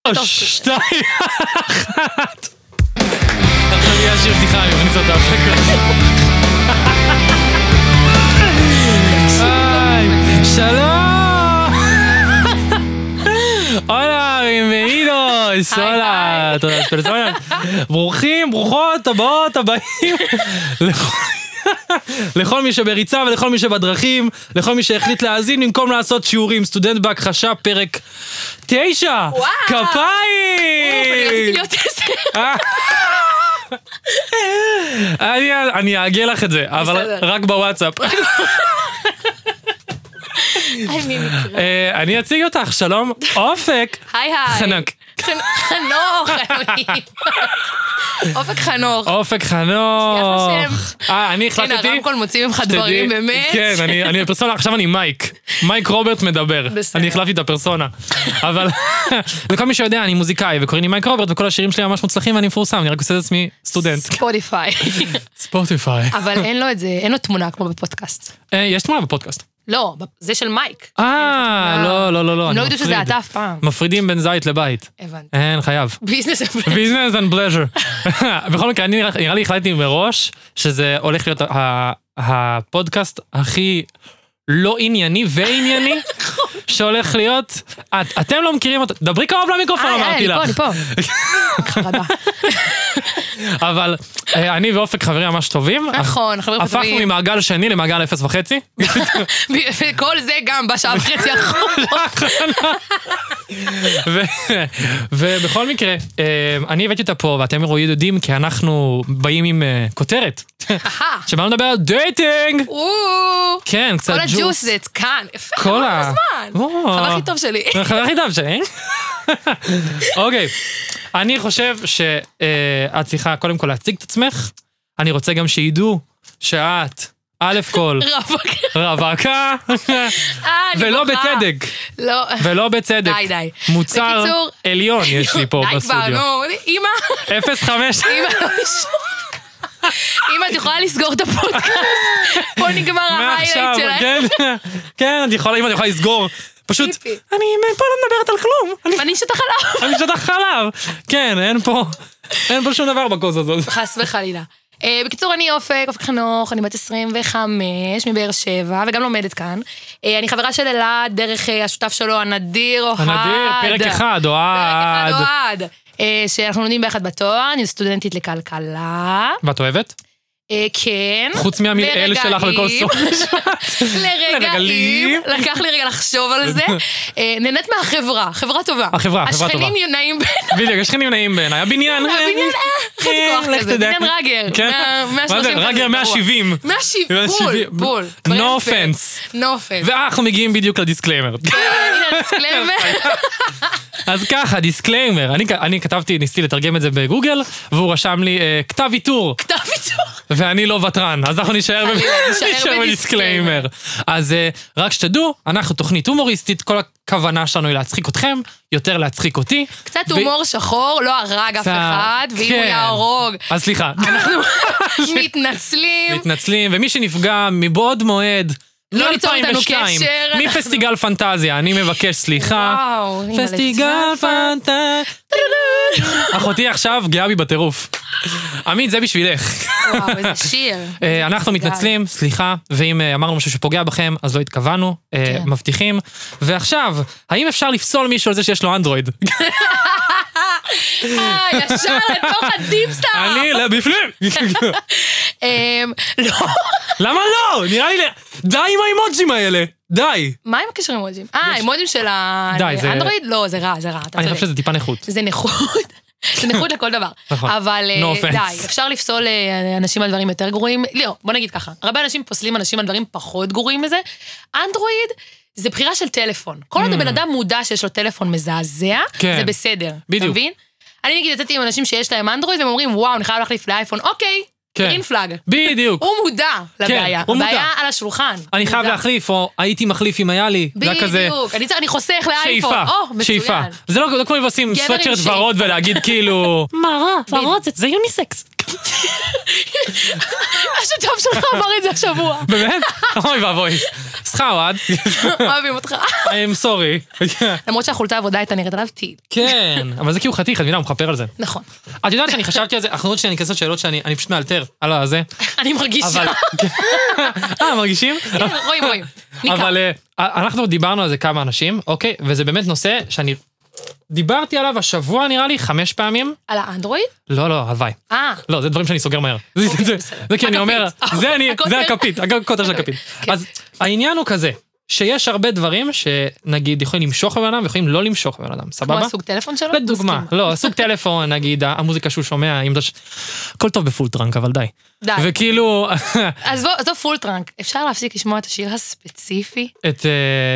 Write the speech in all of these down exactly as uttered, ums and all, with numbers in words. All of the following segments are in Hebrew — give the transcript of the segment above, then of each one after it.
שתיים, אחת. עכשיו יהיה השיר בדיחה, אני מכניס אותה הפסקה. שלום! הולה, ביenvenidos! הולה, תודה, פרסונה. ברוכים, ברוכות, הבאות, הבאים. לכל מי שבריצה ולכל מי שבדרכים, לכל מי שהחליט להאזין במקום לעשות שיעורים. סטודנט בהכחשה, פרק תשע. כפיים! אני רציתי להיות עשר. אני אעגל לך את זה, אבל רק בוואטסאפ. אני אציג אותך, שלום, אופק. היי היי. חנוך. חנוך, אלוהים. אופק חנוך. אופק חנוך. אה, אני החלטתי. הנה, הרמקול מוצאים ממך דברים, באמת. כן, אני בפרסונה, עכשיו אני מייק. מייק רוברט מדבר. אני החלפתי את הפרסונה. אבל, לכל מי שיודע, אני מוזיקאי, וקוראים לי מייק רוברט, וכל השירים שלי ממש מוצלחים, ואני מפורסם, אני רק עושה את עצמי סטודנט. ספוטיפיי. ספוטיפיי. אבל אין לו את זה, אין לו תמונה כמו בפודקאסט. יש תמונה בפודקאסט. לא, זה של מייק. אה, לא, לא, לא, לא. הם לא ידעו שזה אתה אף פעם. מפרידים בין זית לבית. הבנתי. אין, חייב. ביזנס אנד פלז'ר. ביזנס אנד פלז'ר. בכל מקרה, נראה לי החלטתי מראש, שזה הולך להיות הפודקאסט הכי לא ענייני וענייני, שהולך להיות, אתם לא מכירים אותו, דברי קרוב למיקרופון, אמרתי לך. אני פה, אני פה. חרדה. אבל אני ואופק חברים ממש טובים. נכון, חברים טובים. הפכנו ממעגל שני למעגל אפס וחצי. וכל זה גם בשעה וחצי האחרונה. ובכל מקרה, אני הבאתי אותה פה, ואתם יודעים, כי אנחנו באים עם כותרת. שבאנו לדבר על דייטינג. כן, קצת ג'וס. כל הג'וס זה כאן. יפה, כל הזמן. חבר הכי טוב שלי. חבר הכי טוב שלי. אוקיי. אני חושב שאת צריכה קודם כל להציג את עצמך. אני רוצה גם שידעו שאת, א' כל, רווקה, ולא בצדק. לא. ולא בצדק. די, די. מוצר עליון יש לי פה בסטודיו. די כבר, נו, אמא. אפס חמש. אמא, אמא, את יכולה לסגור את הפודקאסט. פה נגמר ההיילייט שלהם. כן, אם את יכולה לסגור. פשוט, אני פה לא מדברת על כלום. אני שותה חלב. אני שותה חלב. כן, אין פה, אין פה שום דבר בקוז הזאת. חס וחלילה. בקיצור, אני אופק, אופק חנוך, אני בת עשרים וחמש, מבאר שבע, וגם לומדת כאן. אני חברה של אלעד, דרך השותף שלו, הנדיר אוהד. הנדיר, פרק אחד, אוהד. פרק אחד, אוהד. שאנחנו לומדים ביחד בתואר, אני סטודנטית לכלכלה. ואת אוהבת? כן. חוץ מהמרעל שלך לכל סוף. לרגעים. לקח לי רגע לחשוב על זה. נהנית מהחברה, חברה טובה. החברה, חברה טובה. השכנים נעים בעיניי. בדיוק, השכנים נעים בעיניי. הבניין. הבניין, חצי כוח כזה. בניין רגר. מה זה? רגר מאה שבעים. מאה שבעים. בול, בול. No offense. No offense. ואנחנו מגיעים בדיוק לדיסקליימר. הנה הדיסקליימר. אז ככה, דיסקליימר. אני כתבתי, ניסיתי לתרגם את זה בגוגל, והוא רשם לי כתב ויתור. כתב ויתור. ואני לא וטרן, אז אנחנו נשאר בדיסקליימר. אז רק שתדעו, אנחנו תוכנית הומוריסטית, כל הכוונה שלנו היא להצחיק אתכם, יותר להצחיק אותי. קצת הומור שחור, לא הרג אף אחד, ואם הוא יהרוג. אז סליחה. אנחנו מתנצלים. מתנצלים, ומי שנפגע מבעוד מועד, לא ליצור איתנו קשר. מפסטיגל פנטזיה, אני מבקש סליחה. פסטיגל פנטזיה. אחותי עכשיו גאה בי בטירוף. עמית, זה בשבילך. וואו, איזה שיר. אנחנו מתנצלים, סליחה, ואם אמרנו משהו שפוגע בכם, אז לא התכוונו, מבטיחים. ועכשיו, האם אפשר לפסול מישהו על זה שיש לו אנדרואיד? ישר לתוך הדיפסטאר. אני, בפנים. לא. למה לא? נראה לי, די עם האימוג'ים האלה. די. מה עם הקשר עם אימוג'ים? אה, האימוג'ים של האנדרואיד? לא, זה רע, זה רע. אני חושב שזה טיפה נכות. זה נכות. זה נכות לכל דבר. אבל די, אפשר לפסול אנשים על דברים יותר גרועים. לא, בוא נגיד ככה. הרבה אנשים פוסלים אנשים על דברים פחות גרועים מזה. אנדרואיד זה בחירה של טלפון. כל עוד הבן אדם מודע שיש לו טלפון מזעזע, זה בסדר. אתה מבין? אני נגיד יצאתי עם אנשים שיש להם אנדרואיד, והם אומרים, וואו, אני חייב להחליף לאייפון. אוקיי. גרין פלאג. בדיוק. הוא מודע לבעיה. הבעיה על השולחן. אני חייב להחליף, או הייתי מחליף אם היה לי. בדיוק. אני חוסך לאייפון. שאיפה. זה לא כמו אם עושים סוואטשרט ורוד ולהגיד כאילו, מה רע, ורוד זה יוניסקס. השותף שלך אמר את זה השבוע. באמת? אוי ואבוי. סליחה, אוהד. אוהבים אותך. I'm sorry. למרות שהחולצה עבודה הייתה נראית עליו טיל. כן, אבל זה כי הוא חתיך, את מבינה, הוא מחפר על זה. נכון. את יודעת שאני חשבתי על זה, אנחנו יודעת שאני אכנס לשאלות שאני פשוט מאלתר על הזה. אני מרגישה. אה, מרגישים? כן, רואים, רואים. אבל אנחנו דיברנו על זה כמה אנשים, אוקיי? וזה באמת נושא שאני דיברתי עליו השבוע נראה לי חמש פעמים. על האנדרואיד? לא, לא, הלוואי. אה. לא, זה דברים שאני סוגר מהר. זה כי אני אומר, זה הכפית, הכותר של הכפית. אז העניין הוא כזה, שיש הרבה דברים שנגיד יכולים למשוך בבן אדם ויכולים לא למשוך בבן אדם, סבבה? כמו הסוג טלפון שלו? לדוגמה, לא, הסוג טלפון, נגיד, המוזיקה שהוא שומע, הכל טוב בפול טראנק, אבל די. די. וכאילו... אז זו פול טראנק, אפשר להפסיק לשמוע את השיר הספציפי? את...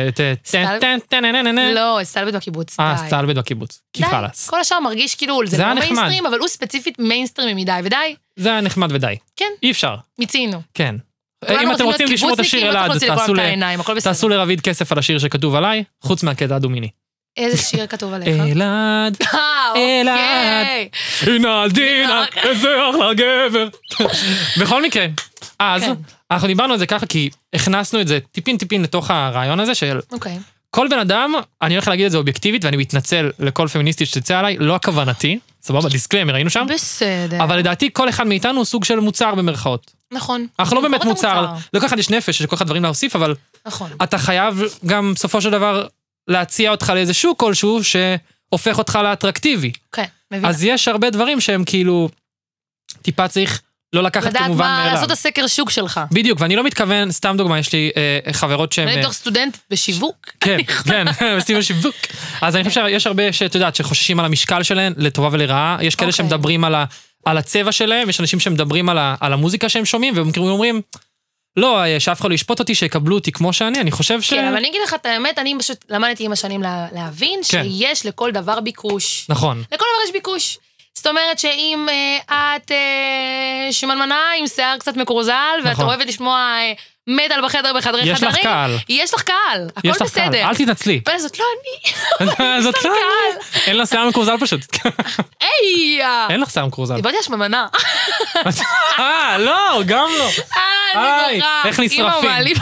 לא, את סטלבט בקיבוץ, די. אה, סטלבט בקיבוץ, כי חלס. כל השאר מרגיש כאילו, זה לא מיינסטרים, אבל הוא ספציפית מיינסטרים מדי, ודי. זה היה נחמד ודי. כן. אי אפשר. מיצינו. כן. אם אתם רוצים לשמוע את השיר אלעד, תעשו לרביד כסף על השיר שכתוב עליי, חוץ מהקטע הדומיני. איזה שיר כתוב עליך? אלעד, אלעד, הנה דינה, איזה אחלה גבר. בכל מקרה, אז אנחנו דיברנו על זה ככה, כי הכנסנו את זה טיפין טיפין לתוך הרעיון הזה של כל בן אדם, אני הולך להגיד את זה אובייקטיבית, ואני מתנצל לכל פמיניסטית שתצא עליי, לא הכוונתי, סבבה, דיסקליימר, היינו שם? בסדר. אבל לדעתי כל אחד מאיתנו הוא סוג של מוצר במרכאות. נכון. אנחנו לא באמת מוצר, לא כל אחד יש נפש, יש כל אחד דברים להוסיף, אבל אתה חייב גם בסופו של דבר להציע אותך לאיזשהו כלשהו שהופך אותך לאטרקטיבי. כן, מבינה. אז יש הרבה דברים שהם כאילו טיפה צריך לא לקחת כמובן מאליו. לדעת מה, לעשות הסקר שוק שלך. בדיוק, ואני לא מתכוון, סתם דוגמה, יש לי אה, חברות שהן... אני בתור סטודנט בשיווק. כן, כן, עושים בשיווק. אז אני חושב שיש הרבה שאת יודעת, שחוששים על המשקל שלהן, לטובה ולרעה. יש כאלה שמדברים על, ה, על הצבע שלהם, יש אנשים שמדברים על, ה, על המוזיקה שהם שומעים, והם אומרים, לא, שאף אחד לא ישפוט אותי, שיקבלו אותי כמו שאני, אני חושב ש... כן, אבל אני אגיד לך את האמת, אני פשוט למדתי עם השנים להבין שיש לכל דבר ביקוש. נכון. לכל דבר יש ביקוש. זאת אומרת שאם את שמנמנה עם שיער קצת מקורזל, ואת אוהבת לשמוע מטל בחדר בחדרי חדרים, יש לך קהל. יש לך קהל, הכל בסדר. אל תתנצלי. אבל זאת לא אני. זאת לא אני. אין לה שיער מקורזל פשוט. היי! אין לך שיער מקורזל. דיברתי על שמנמנה. אה, לא, גם לא. אה, אני גורם. איך נשרפים.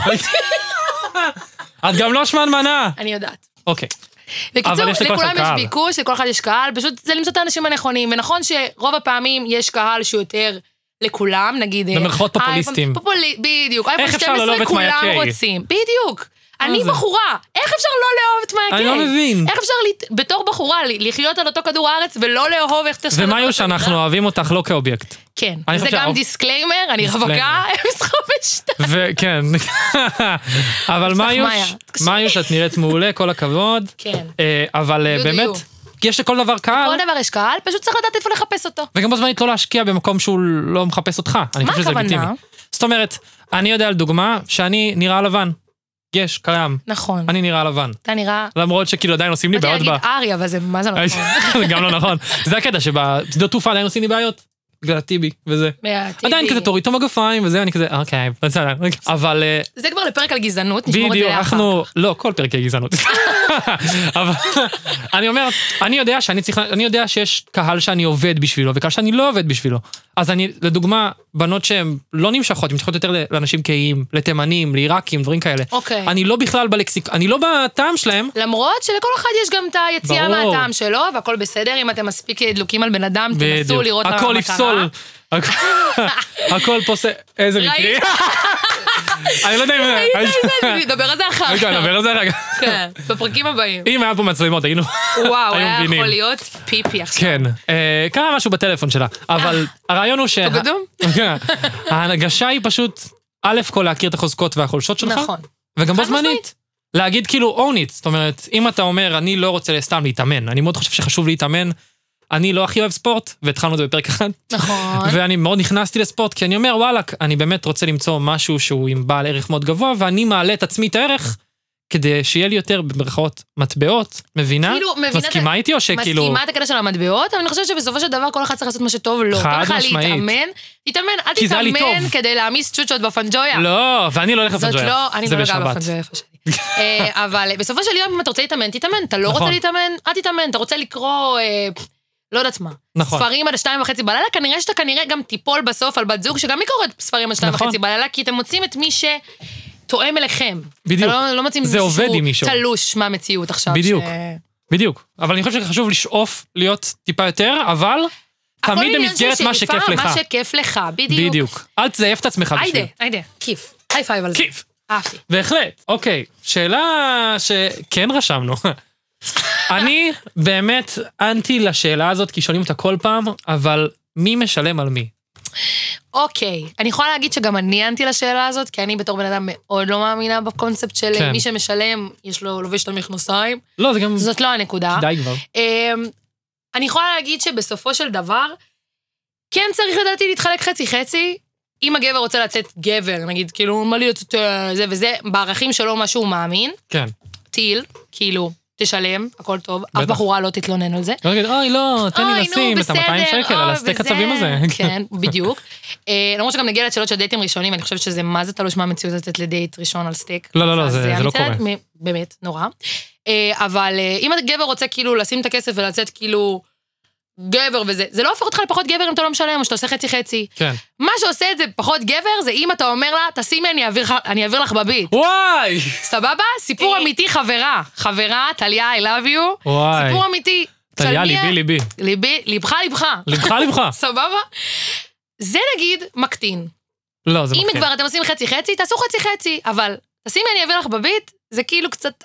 את גם לא שמנמנה. אני יודעת. אוקיי. בקיצור, לכולם יש ביקוש, לכל אחד יש קהל, פשוט זה למצוא את האנשים הנכונים, ונכון שרוב הפעמים יש קהל שהוא יותר לכולם, נגיד... במרכאות פופוליסטים. בדיוק, אייפון שתים עשרה כולם רוצים, בדיוק. אני בחורה, איך אפשר לא לאהוב את מאיה קיי? אני לא מבין. איך אפשר בתור בחורה לחיות על אותו כדור הארץ ולא לאהוב איך תשמע... ומה יהיו שאנחנו אוהבים אותך לא כאובייקט? כן, זה גם דיסקליימר, אני רווקה, אפס חמש שתיים. וכן, אבל מה יהיו שאת נראית מעולה, כל הכבוד. כן. אבל באמת, יש לכל דבר קהל. כל דבר יש קהל, פשוט צריך לדעת איפה לחפש אותו. וגם בזמנית לא להשקיע במקום שהוא לא מחפש אותך. מה הכוונה? זאת אומרת, אני יודע על דוגמה שאני נראה לבן. יש, קיים. נכון. אני נראה לבן. אתה נראה... למרות שכאילו עדיין עושים לי בעיות ב... באתי להגיד ארי, אבל זה מה זה לא נכון. זה גם לא נכון. זה הקטע שבשדות תעופה עדיין עושים לי בעיות. בגלל הטיבי וזה. עדיין כזה תוריד את המגפיים וזה, אני כזה, אוקיי, אבל... זה כבר לפרק על גזענות, נשמור את זה לאחר. אנחנו... לא, כל פרק על גזענות. אבל אני אומר, אני יודע שאני צריך... אני יודע שיש קהל שאני עובד בשבילו, וקהל שאני לא עובד בשבילו. אז אני, לדוגמה, בנות שהן לא נמשכות, נמשכות יותר לאנשים קהיים, לתימנים, לעיראקים, דברים כאלה. אוקיי. אני לא בכלל בלקסיק, אני לא בטעם שלהם. למרות שלכל אחד יש גם את היציאה מהטעם שלו, והכל בסדר, אם אתם מספיק דלוקים על בן אדם, תנסו לראות מה קרה. הכל פה עושה... איזה מקרי? אני לא יודע אם... ראית, נדבר על זה אחר כך. נדבר על זה אחר כך. כן, בפרקים הבאים. אם היה פה מצלמות, היינו... וואו, היה יכול להיות פיפי עכשיו. כן, קרה משהו בטלפון שלה, אבל הרעיון הוא שה... תגדום? ההנגשה היא פשוט, א' כל להכיר את החוזקות והחולשות שלך, נכון. וגם בו זמנית. להגיד כאילו own it, זאת אומרת, אם אתה אומר, אני לא רוצה סתם להתאמן, אני מאוד חושב שחשוב להתאמן, אני לא הכי אוהב ספורט, והתחלנו את זה בפרק אחד. נכון. ואני מאוד נכנסתי לספורט, כי אני אומר, וואלה, אני באמת רוצה למצוא משהו שהוא עם בעל ערך מאוד גבוה, ואני מעלה את עצמי את הערך, כדי שיהיה לי יותר במרכאות מטבעות, מבינה? מסכימה איתי או שכאילו... מסכימה את הקטע של המטבעות, אבל אני חושבת שבסופו של דבר כל אחד צריך לעשות מה שטוב לו. חד משמעית. להתאמן, להתאמן, אל תתאמן כדי להעמיס צ'וצ'ות בפנג'ויה. לא, ואני לא הולך לפנג'ויה. זאת לא, אני לא הולכה בפנג'ויה איפה שלי. אבל בסופו של יום, אם אתה רוצה להתאמן, תתאמן. אתה לא רוצה להתאמן, אל תתאמן. אתה רוצה לקרוא לא יודעת מה. נכון. ספרים עד שתיים וחצי בלילה, כנראה שאתה כנראה גם תיפול בסוף על בת זוג, שגם היא קוראת ספרים עד שתיים וחצי בלילה, כי אתם מוצאים את מי שתואם אליכם. בדיוק. לא, לא מוצאים זה עובד עם מישהו. תלוש מהמציאות עכשיו. בדיוק. ש... בדיוק. אבל אני חושב שחשוב לשאוף להיות טיפה יותר, אבל תמיד במסגרת מה שכיף לך. מה שכיף לך, בדיוק. בדיוק. אל תזייף את עצמך בשביל. היידה, היידה, כיף. היי פייב על זה. כיף. אהבתי. בהחלט. אוקיי, שאלה שכן רשמנו. אני באמת אנטי לשאלה הזאת, כי שואלים אותה כל פעם, אבל מי משלם על מי? אוקיי, אני יכולה להגיד שגם אני אנטי לשאלה הזאת, כי אני בתור בן אדם מאוד לא מאמינה בקונספט של כן. מי שמשלם, יש לו לובש את המכנוסיים. לא, זה גם... זאת לא הנקודה. די כבר. אני יכולה להגיד שבסופו של דבר, כן צריך לדעתי להתחלק חצי-חצי, אם הגבר רוצה לצאת גבר, נגיד, כאילו, מה לי לצאת זה וזה, בערכים שלו מה שהוא מאמין. כן. טיל, כאילו, תשלם, הכל טוב, אף בחורה לא תתלונן על זה. לא תגיד, אוי, לא, תן לי לשים את ה-מאתיים שקל על הסטייק הצבים הזה. כן, בדיוק. למרות שגם נגיע לשאלות של דייטים ראשונים, אני חושבת שזה מה זה תלוש מהמציאות לצאת לדייט ראשון על סטייק. לא, לא, לא, זה לא קורה. באמת, נורא. אבל אם הגבר רוצה כאילו לשים את הכסף ולצאת כאילו גבר וזה, זה לא הופך אותך לפחות גבר אם אתה לא משלם, או שאתה עושה חצי חצי. כן. מה שעושה את זה פחות גבר, זה אם אתה אומר לה, תשימי, אני אעביר לך בביט. וואי! סבבה? סיפור אמיתי, חברה. חברה, טליה, I love you. וואי. סיפור אמיתי. טליה, ליבי, ליבי. ליבי, ליבך, ליבך. ליבך, ליבך. סבבה? זה נגיד מקטין. לא, זה מקטין. אם כבר אתם עושים חצי חצי, תעשו חצי חצי, אבל תשימי, אני אעביר לך בביט, זה כאילו קצת...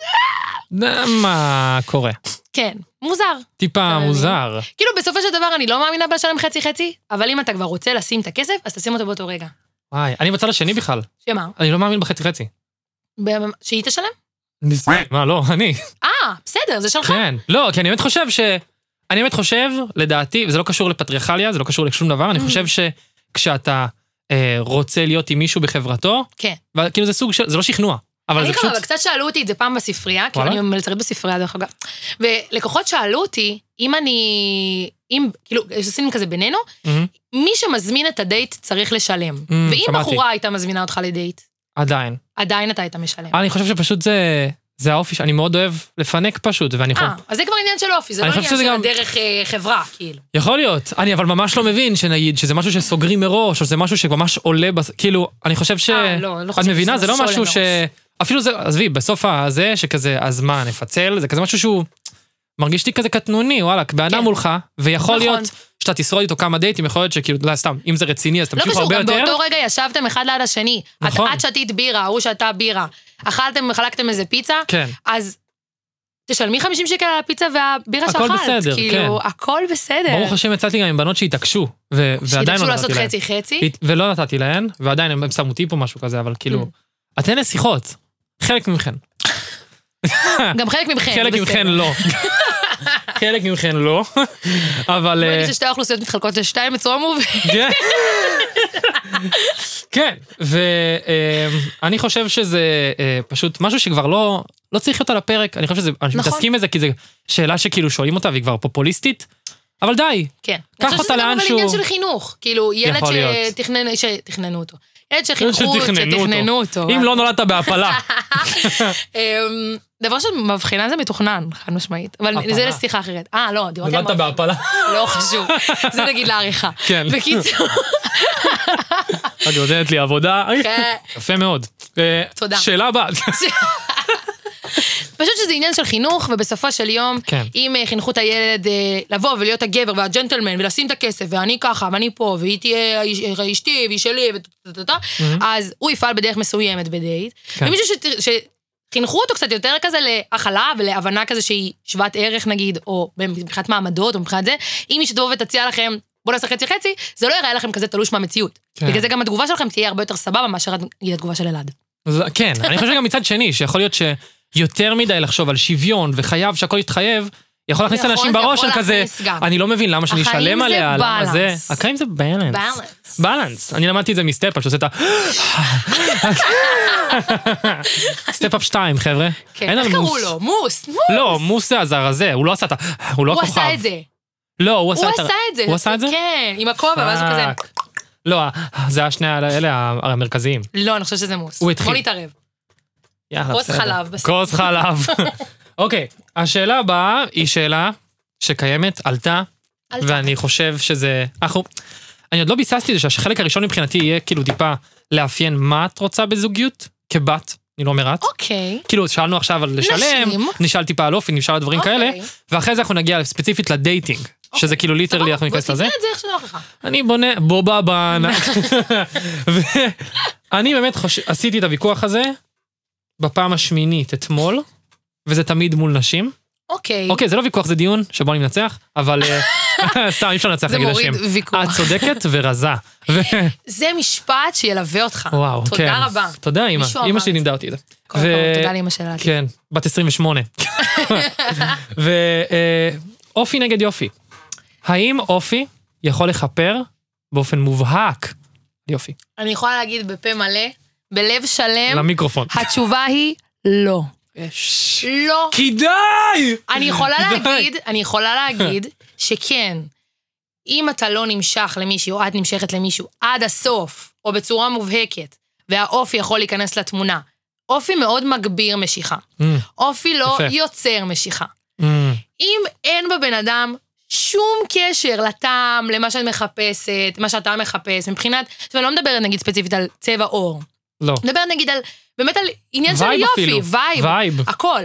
מה קורה? כן, מוזר. טיפה מוזר. כאילו בסופו של דבר אני לא מאמינה בשלם חצי חצי, אבל אם אתה כבר רוצה לשים את הכסף, אז תשים אותו באותו רגע. וואי, אני בצד השני בכלל. שמה? אני לא מאמין בחצי חצי. שהיא תשלם? מה, לא, אני. אה, בסדר, זה שלך. כן, לא, כי אני באמת חושב ש... אני באמת חושב, לדעתי, וזה לא קשור לפטריארכליה, זה לא קשור לשום דבר, אני חושב שכשאתה רוצה להיות עם מישהו בחברתו, כאילו זה סוג של, זה לא שכנוע. אני חושב, אבל קצת שאלו אותי את זה פעם בספרייה, כי אני מלצרית בספרייה דרך אגב, ולקוחות שאלו אותי, אם אני, אם, כאילו, עשינו כזה בינינו, מי שמזמין את הדייט צריך לשלם. ואם בחורה הייתה מזמינה אותך לדייט? עדיין. עדיין אתה היית משלם. אני חושב שפשוט זה... זה האופי שאני מאוד אוהב לפנק פשוט, ואני חושב... אה, אז זה כבר עניין של אופי, זה לא עניין של דרך חברה, כאילו. יכול להיות, אני אבל ממש לא מבין שנגיד, שזה משהו שסוגרים מראש, או זה משהו שממש עולה, כאילו, אני חושב ש... את מבינה, זה לא משהו ש... אפילו זה, עזבי, בסוף הזה, שכזה, אז מה, נפצל, זה כזה משהו שהוא מרגיש לי כזה קטנוני, וואלה, באדם מולך, ויכול להיות שאתה תשרוד איתו כמה דייטים, יכול להיות שכאילו, לא, סתם, אם זה רציני, אז תמשיך הרבה יותר. לא קשור, גם באותו רגע ישבתם אחד ליד השני, את שתית בירה, הוא שתה בירה, אכלתם, חלקתם איזה פיצה, אז תשלמי חמישים שקל על הפיצה והבירה שאכלת. הכל בסדר, כן. הכל בסדר. ברוך השם יצאתי גם עם בנות שהתעקשו, ועדיין לא נתתי להן. לעשות חצי חצי? ולא נתתי להן, ועדיין הם שמו אותי פה משהו כזה, אבל כאילו, אתן לשיחות, חלק מכן. גם חלק מכן, חלק מכן לא. חלק מכן לא, אבל... בוא נגיד ששתי האוכלוסיות מתחלקות לשתיים בצורה מובנת. כן, ואני חושב שזה פשוט משהו שכבר לא צריך להיות על הפרק, אני חושב שזה, אנשים מתעסקים בזה, כי זו שאלה שכאילו שואלים אותה, והיא כבר פופוליסטית, אבל די, כן. קח אותה לאנשהו... אני חושב שזה גם עניין של חינוך, כאילו ילד שתכננו אותו. ילד שחינכו, שתכננו אותו. אם לא נולדת בהפלה. דבר שמבחינה זה מתוכנן, חד משמעית. אבל זה לשיחה אחרת. אה, לא, דיברתי על... נולדת בהפלה. לא חשוב. זה נגיד לעריכה. כן. בקיצור. את יודעת לי עבודה. יפה מאוד. תודה. שאלה הבאה. פשוט שזה עניין של חינוך, ובסופו של יום, אם חינכו את הילד לבוא ולהיות הגבר והג'נטלמן, ולשים את הכסף, ואני ככה, ואני פה, והיא תהיה אשתי, והיא שלי, אז הוא יפעל בדרך מסוימת בדייט. ומישהו שחינכו אותו קצת יותר כזה להכלה, ולהבנה כזה שהיא שוות ערך נגיד, או מבחינת מעמדות, או מבחינת זה, אם היא שתבוא ותציע לכם, בוא נעשה חצי חצי, זה לא יראה לכם כזה תלוש מהמציאות. בגלל זה גם התגובה שלכם תהיה הרבה יותר סבבה, מאשר התגובה של אלעד. כן, אני חושב גם מצד שני, שיכול להיות שיותר מדי לחשוב על שוויון, וחייב שהכל יתחייב, יכול להכניס אנשים בראש של כזה, אני לא מבין למה שאני אשלם עליה, למה זה, החיים זה בלנס. בלנס. אני למדתי את זה מסטפ-אפ, שעושה את ה... סטפ-אפ שתיים, חבר'ה. כן, איך קראו לו? מוס, מוס. לא, מוס זה הזר הזה, הוא לא עשה את ה... הוא לא הכוכב. הוא עשה את זה. לא, הוא עשה את זה. הוא עשה את זה? כן, עם הכובע, ואז הוא כזה... לא, זה היה שני אלה המרכזיים. לא, אני חושב שזה מוס. הוא התחיל. בוא נתערב. כוס חלב. כוס חלב. אוקיי, השאלה הבאה היא שאלה שקיימת, עלתה ואני חושב שזה, אנחנו, אני עוד לא ביססתי את זה, שהחלק הראשון מבחינתי יהיה כאילו טיפה לאפיין מה את רוצה בזוגיות, כבת, אני לא אומר את. אוקיי. כאילו, שאלנו עכשיו על לשלם, נשאל טיפה על אופי, נשאל על דברים כאלה, ואחרי זה אנחנו נגיע ספציפית לדייטינג, שזה כאילו ליטרלי אנחנו ניכנס לזה. בוא תבנה את זה איך שנוח לך. אני בונה בובה בענק. ואני באמת עשיתי את הוויכוח הזה, בפעם השמינית אתמול, וזה תמיד מול נשים. אוקיי. אוקיי, זה לא ויכוח, זה דיון שבו אני מנצח, אבל סתם, אי אפשר לנצח להגיד השם. זה מוריד ויכוח. את צודקת ורזה. זה משפט שילווה אותך. וואו, כן. תודה רבה. תודה, אמא. אמא שלי לימדה אותי את זה. כל הכבוד, תודה לאמא שלה. כן, בת עשרים ושמונה. ואופי נגד יופי. האם אופי יכול לחפר באופן מובהק יופי? אני יכולה להגיד בפה מלא, בלב שלם. למיקרופון. התשובה היא לא. לא. כדאי! אני יכולה להגיד, אני יכולה להגיד שכן, אם אתה לא נמשך למישהו, או את נמשכת למישהו, עד הסוף, או בצורה מובהקת, והאופי יכול להיכנס לתמונה, אופי מאוד מגביר משיכה. אופי לא יוצר משיכה. אם אין בבן אדם שום קשר לטעם, למה שאת מחפשת, מה שאתה מחפש, מבחינת, אני לא מדברת נגיד ספציפית על צבע אור. לא. מדברת נגיד על, באמת על עניין של יופי, וייב, וייב. הכל.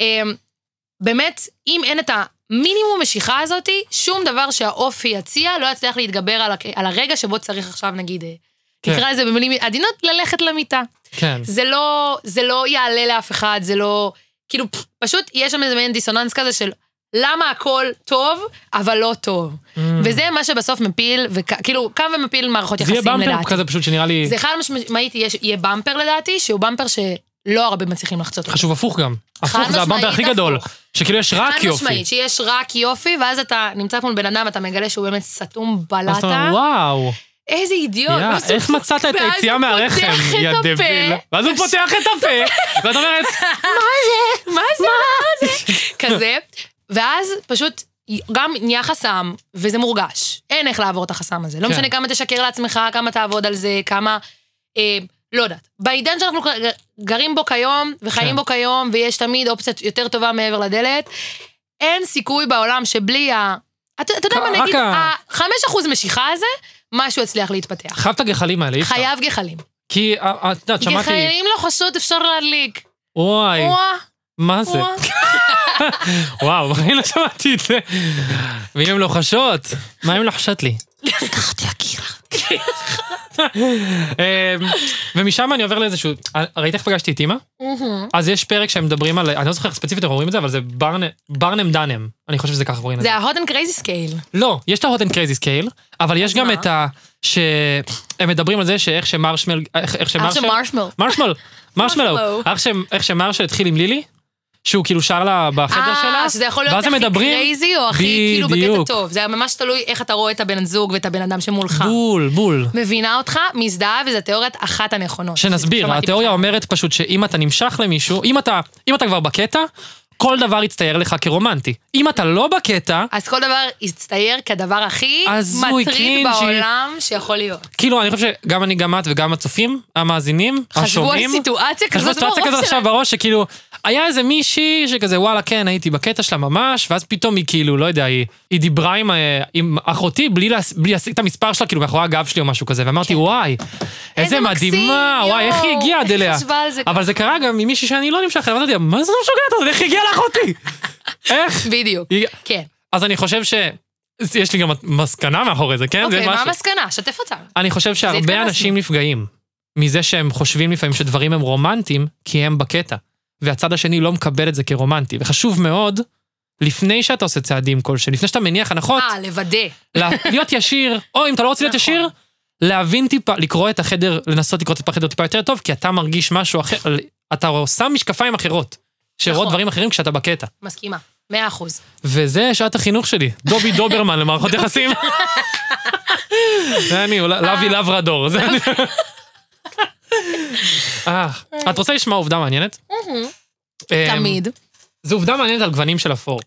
באמת, אם אין את המינימום משיכה הזאת, שום דבר שהאופי יציע לא יצליח להתגבר על, על הרגע שבו צריך עכשיו נגיד, כן. נקרא לזה במילים עדינות, ללכת למיטה. כן. זה לא, זה לא יעלה לאף אחד, זה לא, כאילו, פשוט יש שם איזה מעין דיסוננס כזה של, למה הכל טוב, אבל לא טוב. Mm. וזה מה שבסוף מפיל, וכאילו, קם ומפיל מערכות יחסים לדעתי. זה יהיה במפר כזה פשוט שנראה לי... זה אחד משמעית, יהיה במפר לדעתי, שהוא במפר שלא הרבה מצליחים לחצות אותו. חשוב הפוך גם. הפוך זה הבמפר הכי גדול. שכאילו יש רק יופי. משמעית, שיש רק יופי, ואז אתה נמצא פה בן אדם, אתה מגלה שהוא באמת סתום בלטה. וואו. איזה אידיוט. איך מצאת את היציאה מהרחם, יא דביל? ואז הוא פותח את הפה, ואת אומרת, מה זה? מה זה? מה זה? כזה. ואז פשוט גם נהיה חסם, וזה מורגש. אין איך לעבור את החסם הזה. לא משנה כמה תשקר לעצמך, כמה תעבוד על זה, כמה, אה, לא יודעת. בעידן שאנחנו גרים בו כיום, וחיים בו כיום, ויש תמיד אופציה יותר טובה מעבר לדלת, אין סיכוי בעולם שבלי ה... אתה יודע מה, נגיד, ה-חמישה אחוז משיכה הזה, משהו הצליח להתפתח. חייב את הגחלים האלה, אפשר. חייב גחלים. כי, את יודעת, שמעתי... גחלים לא חשות אפשר להדליק. וואי. מה זה? וואו, בחיים לא שמעתי את זה. ואם הן לוחשות, מה הן לוחשות לי? לקחתי הכירה. ומשם אני עובר לאיזשהו, ראית איך פגשתי את אמא? אז יש פרק שהם מדברים על, אני לא זוכר ספציפית איך אומרים את זה, אבל זה ברנם דנם, אני חושב שזה ככה קוראים את זה. זה ה-hot and crazy scale. לא, יש את ה-hot and crazy scale, אבל יש גם את ה... שהם מדברים על זה שאיך שמרשמל... איך שמרשמל. מרשמל. מרשמלו. איך שמרשל התחיל עם לילי, שהוא כאילו שר לה בחדר שלה, שזה יכול להיות הכי קרייזי או הכי כאילו בקטע טוב. זה ממש תלוי איך אתה רואה את הבן זוג ואת הבן אדם שמולך. בול, בול. מבינה אותך, מזדהה, וזה תיאוריית אחת הנכונות. שנסביר, התיאוריה אומרת פשוט שאם אתה נמשך למישהו, אם אתה, אם אתה כבר בקטע, כל דבר יצטייר לך כרומנטי. אם אתה לא בקטע... אז כל דבר יצטייר כדבר הכי מטריד בעולם שיכול להיות. כאילו, אני חושב שגם אני, גם את וגם הצופים, המאזינים, השומעים... חשבו על סיטואציה כזאת בראש שלהם. חשבו על סיטואציה כזאת עכשיו בראש, שכאילו, היה איזה מישהי שכזה, וואלה, כן, הייתי בקטע שלה ממש, ואז פתאום היא כאילו, לא יודע, היא, היא דיברה עם, עם אחותי, בלי להשיג את המספר שלה, כאילו, מאחורי הגב שלי או משהו כזה, ואמרתי, וואי, איזה מדהימה, וואי, איך היא הגיעה עד אליה. אבל זה קרה גם עם מישהי שאני לא נמשך, ואמרתי, מה זה משוגעת? איך היא הגיעה לאחותי? איך? בדיוק, כן. אז אני חושב ש... יש לי גם מסקנה מאחורי זה, כן? אוקיי, מה המסקנה? שתף אותה. אני חושב שהרבה אנשים נפגעים מזה שהם חושבים לפעמים שדברים הם רומנטיים, כי הם בקטע. והצד השני לא מקבל את זה כרומנטי. וחשוב מאוד, לפני שאתה עושה צעדים כלשהם, לפני שאתה מניח הנחות... אה, לוודא. להיות ישיר, או אם אתה לא רוצה להיות ישיר, להבין טיפה, לקרוא את החדר, לנסות לקרוא את החדר טיפה יותר טוב, כי אתה מרגיש משהו אחר, אתה שם משקפיים אחרות, שרואות דברים אחרים כשאתה בקטע. מסכימה, מאה אחוז. וזה שעת החינוך שלי, דובי דוברמן למערכות יחסים. זה אני, לוי לברדור. את רוצה לשמוע עובדה מעניינת? תמיד. זו עובדה מעניינת על גוונים של אפור.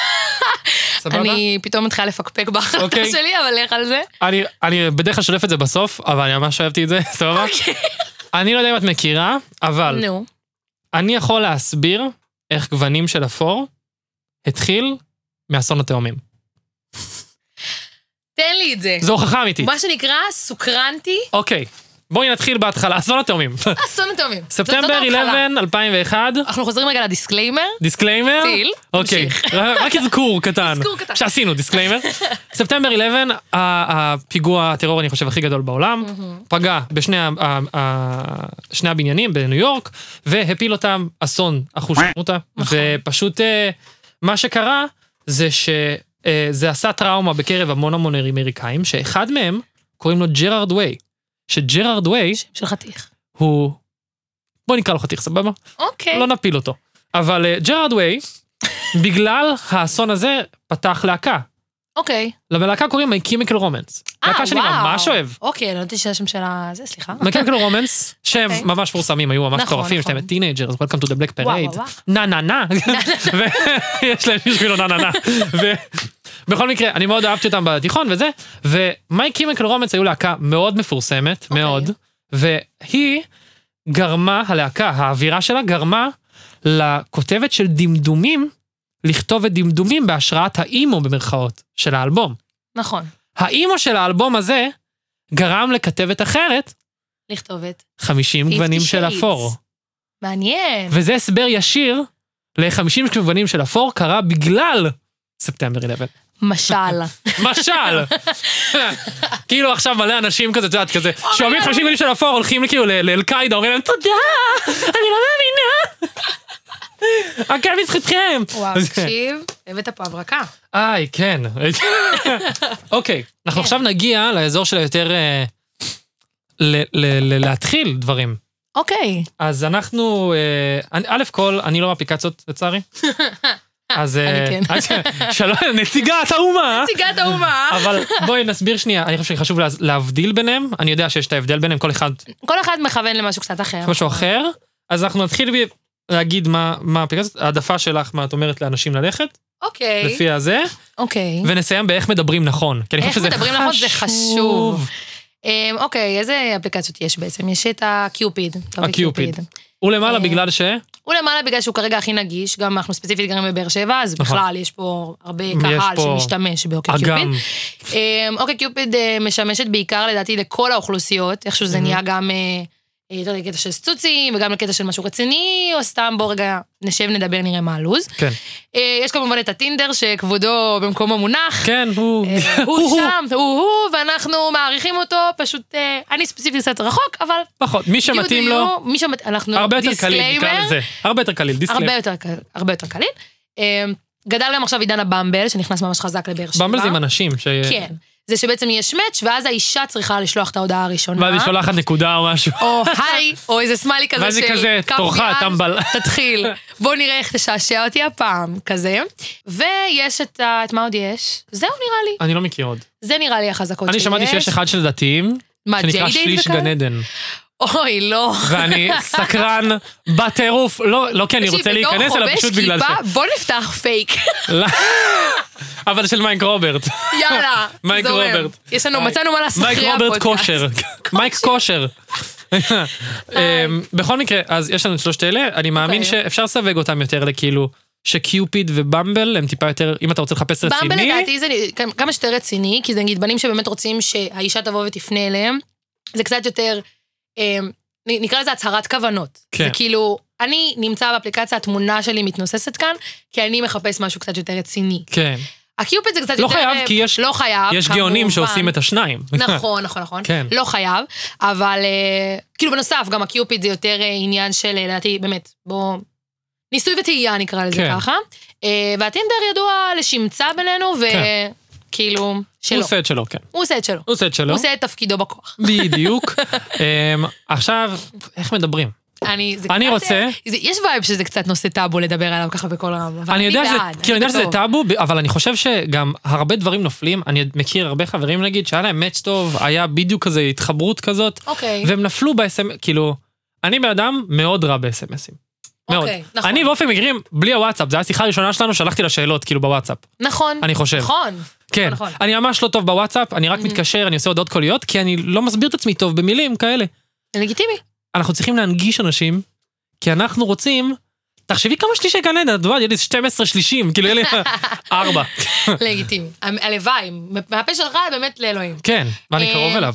אני פתאום מתחילה לפקפק בהחלטה שלי, אבל לך על זה. אני בדרך כלל שולף את זה בסוף, אבל אני ממש אוהבתי את זה, סבבה? אני לא יודע אם את מכירה, אבל אני יכול להסביר איך גוונים של אפור התחיל מאסון התאומים. לי את זה. זו הוכחה אמיתית. מה שנקרא סוקרנטי. אוקיי, בואי נתחיל בהתחלה, אסון התאומים. אסון התאומים. ספטמבר אחת עשרה, אלפיים ואחת. אנחנו חוזרים רגע לדיסקליימר. דיסקליימר? ציל, אוקיי, רק אזכור קטן. אזכור קטן. שעשינו דיסקליימר. ספטמבר אחת עשרה, הפיגוע הטרור, אני חושב, הכי גדול בעולם, פגע בשני שני הבניינים בניו יורק, והפיל אותם אסון אחושרמוטה, ופשוט מה שקרה זה שזה עשה טראומה בקרב המון המון אמריקאים, שאחד מהם קוראים לו ג'רארד ווי. שג'רארד ווי, שם של חתיך. הוא, בוא נקרא לו חתיך, סבבה? אוקיי. לא נפיל אותו. אבל ג'רארד ווי, בגלל האסון הזה, פתח להקה. אוקיי. ללהקה קוראים My Chemical Romance. להקה שאני ממש אוהב. אוקיי, לא יודעת שהשם של זה, סליחה. My Chemical Romance, שהם ממש פורסמים, היו ממש טורפים, יש להם טינג'רס, Welcome to the Black Parade, נה נה נה, ויש להם מישהו לו נה נה נה. בכל מקרה, אני מאוד אהבתי אותם בתיכון וזה, ו-My Chemical Romance היו להקה מאוד מפורסמת, מאוד, והיא גרמה, הלהקה, האווירה שלה גרמה לכותבת של דמדומים, לכתוב את דמדומים בהשראת האימו במרכאות של האלבום. נכון. האימו של האלבום הזה גרם לכתבת אחרת, לכתוב את חמישים גוונים של אפור. מעניין. וזה הסבר ישיר ל-חמישים גוונים של אפור קרה בגלל ספטמבר אחת עשרה. משל. משל. כאילו עכשיו מלא אנשים כזה, את יודעת, כזה, שאומרים חמישים גוונים של אפור, הולכים כאילו לאל-קאידה, אומרים להם תודה, אני לא מאמינה. עקב בזכותכם. וואו, תקשיב, הבאת פה הברקה. איי, כן. אוקיי, אנחנו עכשיו נגיע לאזור של היותר להתחיל דברים. אוקיי. אז אנחנו, א' כל, אני לא מאפליקציות לצערי. אז אני כן. שלום, נציגת האומה. נציגת האומה. אבל בואי נסביר שנייה, אני חושב שחשוב להבדיל ביניהם, אני יודע שיש את ההבדל ביניהם, כל אחד... כל אחד מכוון למשהו קצת אחר. משהו אחר, אז אנחנו נתחיל להגיד מה האפליקציות, העדפה שלך, מה את אומרת לאנשים ללכת. אוקיי. לפי הזה. אוקיי. ונסיים באיך מדברים נכון. איך מדברים נכון זה חשוב. אוקיי, איזה אפליקציות יש בעצם? יש את הקיופיד. הקיופיד. הוא למעלה בגלל ש... הוא למעלה בגלל שהוא כרגע הכי נגיש, גם אנחנו ספציפית גרים בבאר שבע, אז בכלל יש פה הרבה קהל שמשתמש באוקיי קיופיד. אוקיי קיופיד משמשת בעיקר לדעתי לכל האוכלוסיות, איכשהו זה נהיה גם יותר לקטע של סטוצים, וגם לקטע של משהו רציני, או סתם בוא רגע נשב נדבר נראה מה הלוז. כן. יש כמובן את הטינדר שכבודו במקומו מונח. כן, הוא... הוא שם, הוא הוא, ואנחנו מעריכים אותו, פשוט, אני ספציפית קצת רחוק, אבל... פחות, מי שמתאים לו... מי שמתאים, אנחנו... הרבה יותר קליל, נקרא לזה. הרבה יותר קליל, דיסקליימר. הרבה יותר קליל. גדל גם עכשיו עידן הבמבל, שנכנס ממש חזק לבאר שבע. במבל זה עם אנשים. כן. זה שבעצם יש מאץ' ואז האישה צריכה לשלוח את ההודעה הראשונה. ואז היא שולחת נקודה או משהו. או היי, או איזה סמיילי כזה. ואז היא כזה, תורך, טמבל. תתחיל. בוא נראה איך תשעשע אותי הפעם, כזה. ויש את, את מה עוד יש? זהו נראה לי. אני לא מכיר עוד. זה נראה לי החזקות שיש. אני שמעתי שיש אחד של דתיים, שנקרא שליש גן עדן. אוי, לא. ואני סקרן בטירוף, לא, לא כי אני רוצה להיכנס, אלא פשוט בגלל ש... בוא נפתח פייק. אבל של מייק רוברט. יאללה, מייק רוברט. יש לנו, מצאנו מה לעשות אחרי הפודקאסט. מייק רוברט כושר. מייק כושר. בכל מקרה, אז יש לנו את שלושת אלה, אני מאמין שאפשר לסווג אותם יותר לכאילו, שקיופיד ובמבל הם טיפה יותר, אם אתה רוצה לחפש רציני. במבל לדעתי זה כמה שיותר רציני, כי זה נגיד בנים שבאמת רוצים שהאישה תבוא ותפנה אליהם, זה קצת יותר, נקרא לזה הצהרת כוונות. זה כאילו, אני נמצא באפליקציה, התמונה שלי מתנוססת כאן, כי אני מחפש משהו קצת יותר רציני. כן. הקיופיד זה קצת לא יותר... חייב, כי יש... לא חייב, יש גאונים שעושים את השניים. נכון, נכון, נכון. כן. לא חייב, אבל כאילו בנוסף, גם הקיופיד זה יותר עניין של, לדעתי, באמת, בוא... ניסוי וטעייה נקרא לזה כן. ככה. והטינדר ידוע לשמצה בינינו, וכאילו... הוא עושה את שלו, כן. הוא עושה את שלו. הוא עושה את שלו. הוא עושה את תפקידו בכוח. בדיוק. עכשיו, איך מדברים? אני, אני רוצה... יש וייב שזה קצת נושא טאבו לדבר עליו ככה בכל רם. אני יודע שזה טאבו, אבל אני חושב שגם הרבה דברים נופלים. אני מכיר הרבה חברים נגיד, שהיה להם מאץ' טוב, היה בדיוק כזה התחברות כזאת, והם נפלו ב-אס אם אס, כאילו, אני באדם מאוד רע ב-אס אם אסים. מאוד. אני באופן מקרים, בלי הוואטסאפ, זה היה שיחה ראשונה שלנו, שלחתי לה שאלות כאילו בוואטסאפ. נכון. אני חושב. נכון. כן, אני ממש לא טוב בוואטסאפ, אני רק מתקשר, אני עושה הודעות קוליות, כי אני לא מסביר את עצמי טוב במילים כאלה. זה לגיטימי. אנחנו צריכים להנגיש אנשים, כי אנחנו רוצים תחשבי כמה שלישי גן עדן, את יודעת, יהיה לי שתים עשרה שלישים, כאילו יהיה לי ארבע. לגיטימי. הלוואי, מהפה שלך באמת לאלוהים. כן, ואני קרוב אליו.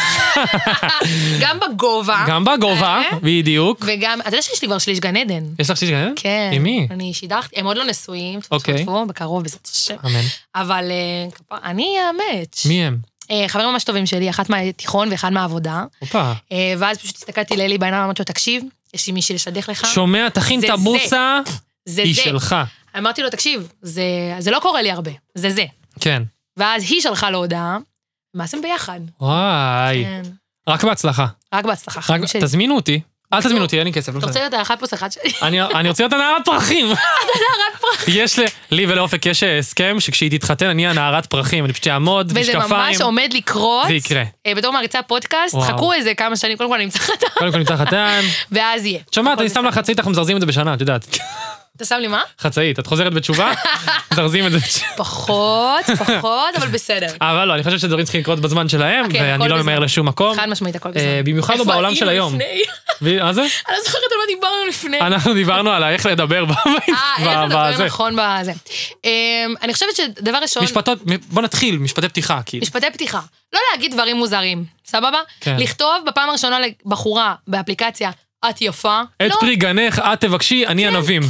גם בגובה. גם בגובה, בדיוק. וגם, אתה יודע שיש לי כבר שליש גן עדן. יש לך שליש גן עדן? כן. עם מי? אני שידכתי, הם עוד לא נשואים, אוקיי. בקרוב בעזרת השם. אמן. אבל אני האמת. מי הם? חברים ממש טובים שלי, אחת מהתיכון ואחד מהעבודה. אופה. ואז פשוט הסתכלתי לאלי בעיניים, אמרתי לו, תקשיב, יש לי מישהי לשדך לך. שומע, תכין את הבוסה, היא שלך. אמרתי לו, תקשיב, זה לא קורה לי הרבה, זה זה. כן. ואז היא שלחה לו הודעה, מה עשינו ביחד? וואי. רק בהצלחה. רק בהצלחה. תזמינו אותי. אל תזמינו אותי, אין לי כסף. אתה רוצה להיות האחת פלוס אחת שלי? אני רוצה להיות הנערת פרחים. אתה נערת פרחים. יש לי ולאופק יש הסכם שכשהיא תתחתן אני הנערת פרחים, אני פשוט אעמוד, משקפיים. וזה ממש עומד לקרות. זה יקרה. בתור מעריצה פודקאסט, חכו איזה כמה שנים, קודם כל אני נמצא חתן. קודם כל נמצא חתן. ואז יהיה. שומעת, אני שם לך חצאית, אנחנו מזרזים את זה בשנה, את יודעת. אתה שם לי מה? חצאית, את חוזרת בתשובה, מזרזים את זה. פחות, פחות, אבל בסדר. אבל לא, אני חושב שדברים צריכים לקרות בזמן שלהם, ואני לא ממהר לשום מקום. חד משמעית, הכל בזמן. במיוחד לא בעולם של היום. מה זה? אני לא זוכרת על מה דיברנו לפני. אנחנו דיברנו על איך לדבר בזה. אה, איך לדבר נכון בזה. אני חושבת שדבר ראשון... משפטות, בוא נתחיל, משפטי פתיחה. משפטי פתיחה. לא להגיד דברים מוזרים, סבבה? לכתוב בפעם הראשונה לבחורה באפליקציה, את יפה. את פרי גנך, את תבקשי, אני ענבים.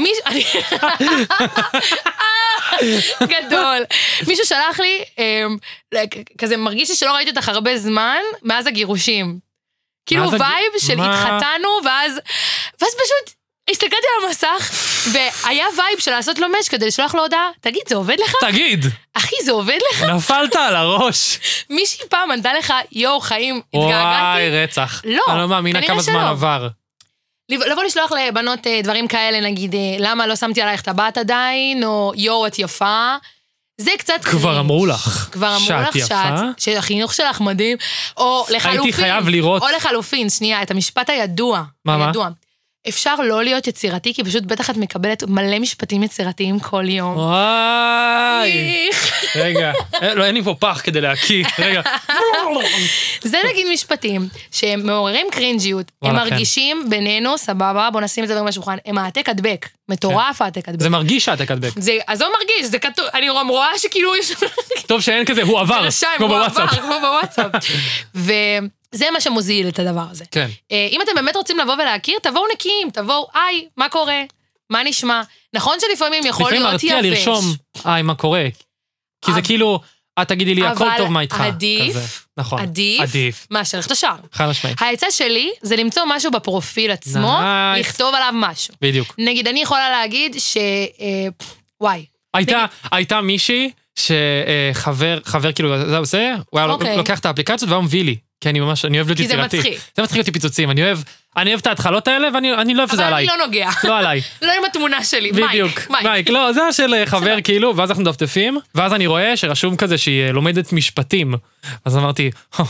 גדול. מישהו שלח לי, כזה מרגיש לי שלא ראיתי אותך הרבה זמן, מאז הגירושים. כאילו וייב של התחתנו, ואז פשוט הסתכלתי על המסך, והיה וייב של לעשות לו מש כדי לשלוח לו הודעה, תגיד, זה עובד לך? תגיד. אחי, זה עובד לך? נפלת על הראש. מישהי פעם ענתה לך, יו, חיים, התגעגעתי. וואי, רצח. לא. אני לא מאמינה כמה זמן עבר. לבוא לשלוח לבנות דברים כאלה, נגיד, למה לא שמתי עלייך טבעת עדיין, או יו, את יפה. זה קצת... כבר אמרו לך. כבר אמרו לך שאת, שהחינוך שלך מדהים, או לחלופין. הייתי חייב לראות. או לחלופין, שנייה, את המשפט הידוע. מה, מה? אפשר לא להיות יצירתי, כי פשוט בטח את מקבלת מלא משפטים יצירתיים כל יום. וואי. רגע, לא, אין לי פה פח כדי להקיא. רגע. זה נגיד משפטים שהם מעוררים קרינג'יות, הם מרגישים בינינו, סבבה, בוא נשים את זה בשולחן, הם העתק הדבק, מטורף העתק הדבק. זה מרגיש העתק הדבק. אז לא מרגיש, זה כתוב, אני רואה שכאילו יש... טוב שאין כזה, הוא עבר, כמו בוואטסאפ. כמו בוואטסאפ. זה מה שמוזיל את הדבר הזה. כן. אם אתם באמת רוצים לבוא ולהכיר, תבואו נקיים, תבואו, היי, מה קורה? מה נשמע? נכון שלפעמים יכול להיות יבש. לפעמים מרתיע לרשום, היי, מה קורה? כי זה כאילו, את תגידי לי, הכל טוב, מה איתך? אבל עדיף, נכון, עדיף, מה שלך תשאר. חד משמעית. העצה שלי זה למצוא משהו בפרופיל עצמו, לכתוב עליו משהו. בדיוק. נגיד, אני יכולה להגיד ש... וואי. הייתה מישהי שחבר, חבר כאילו, זה עושה, הוא היה לוקח את האפליקציות והוא מביא לי. כי אני ממש, אני אוהב להיות יצירתי. כי זה מצחיק. זה מצחיק אותי פיצוצים, אני אוהב, אני אוהב את ההתחלות האלה, ואני לא אוהב שזה עליי. אבל אני לא נוגע. לא עליי. לא עם התמונה שלי, מייק. בדיוק, מייק. לא, זה של חבר כאילו, ואז אנחנו דפדפים, ואז אני רואה שרשום כזה שהיא לומדת משפטים. אז אמרתי,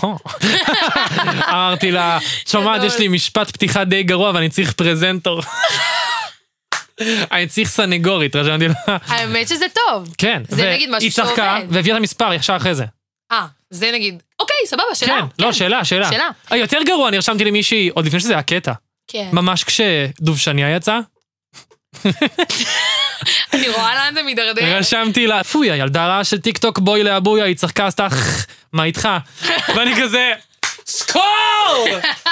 אמרתי לה, שומעת, יש לי משפט פתיחה די גרוע, ואני צריך פרזנטור. אני צריך סנגורית, רשמתי לה. האמת שזה טוב. כן. זה נגיד משהו שעובד. היא צחקה, והביאה את המספר ישר אחרי זה. אה, זה נגיד, אוקיי, סבבה, שאלה. כן, לא, שאלה, שאלה. שאלה. יותר גרוע, אני רשמתי למישהי, עוד לפני שזה היה קטע. כן. ממש כשדובשניה יצא. אני רואה לאן זה מדרדר. רשמתי לה, פוי, הילדה רעה של טיק טוק, בואי לאבויה, היא צחקה, עשתה, מה איתך? ואני כזה, סקור!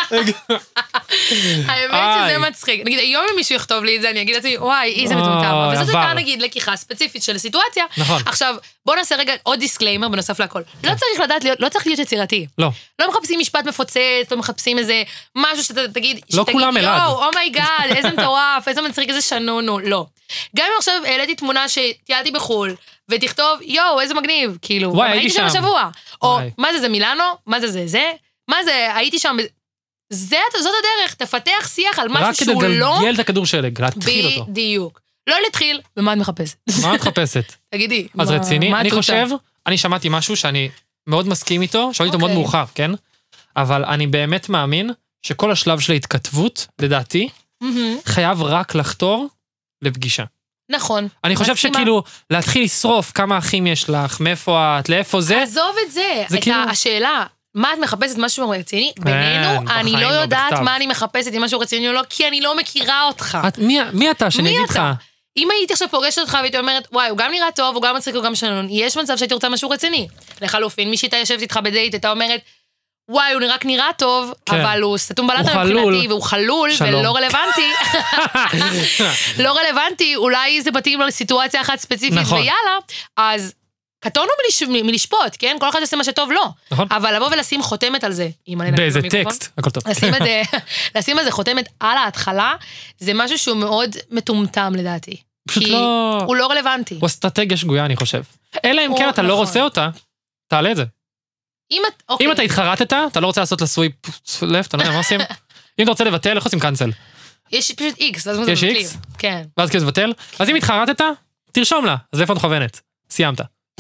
האמת שזה מצחיק. נגיד, היום אם מישהו יכתוב לי את זה, אני אגיד לעצמי, וואי, איזה מטומטם. וזאת הייתה, נגיד, לקיחה ספציפית של סיטואציה. נכון. עכשיו, בוא נעשה רגע עוד דיסקליימר בנוסף להכל. לא צריך לדעת, לא צריך להיות יצירתי. לא. לא מחפשים משפט מפוצץ, לא מחפשים איזה משהו שאתה תגיד, לא כולם אלעד. יואו, אומייגאד, איזה מטורף, איזה מצחיק, איזה שנונו, לא. גם אם עכשיו העליתי תמונה שטיילתי בחול, ותכתוב, יואו, איזה מגניב, כאילו, הייתי שם השבוע. או, מה זה, זה מילאנו? מה זה, זה, זה? מה זה, הייתי שם, זה, זאת הדרך, תפתח שיח על משהו שהוא לא... רק כדי לגלגל את הכדור שלג, להתחיל אותו. בדיוק. לא להתחיל, ומה את מחפשת? מה את מחפשת? תגידי. אז רציני, אני חושב, אני שמעתי משהו שאני מאוד מסכים איתו, שאלתי אותו מאוד מאוחר, כן? אבל אני באמת מאמין שכל השלב של ההתכתבות, לדעתי, חייב רק לחתור לפגישה. נכון. אני חושב שכאילו, להתחיל לשרוף כמה אחים יש לך, מאיפה את, לאיפה זה. עזוב את זה, את השאלה, מה את מחפשת משהו רציני? בינינו, אני לא יודעת מה אני מחפשת עם משהו רציני או לא, כי אני לא מכירה אותך. מי אתה שאני אגיד לך? אם הייתי עכשיו פוגשת אותך והייתי אומרת, וואי, הוא גם נראה טוב, הוא גם מצחיק, הוא גם שנון, יש מצב שהייתי רוצה משהו רציני. לחלופין, מי שהייתה יושבת איתך בדייט, הייתה אומרת, וואי, הוא רק נראה טוב, אבל הוא סתום בלטה מבחינתי, והוא חלול, ולא רלוונטי. לא רלוונטי, אולי זה מתאים לו לסיטואציה אחת ספציפית, ויאללה, אז קטונו מלשפוט, כן? כל אחד עושה מה שטוב לא. אבל לבוא ולשים חותמת על זה, באיזה טקסט, הכל טוב. לשים על זה חותמת על ההתחלה, זה משהו שהוא מאוד מטומטם לדעתי. פשוט כי לא... הוא לא רלוונטי. הוא אסטרטגיה שגויה, אני חושב. אלא אם כן אתה לא רוצה אותה, תעלה את זה. אם אתה התחרטת, אתה לא רוצה לעשות לסוויפ לפט, אתה לא יודע מה עושים. אם אתה רוצה לבטל, איך עושים קאנצל? יש פשוט איקס, ואז זה מבטלים. כן. ואז כאילו לבטל. אז אם התחרטת, תרשום לה. אז איפה את מכוונת? סיימת.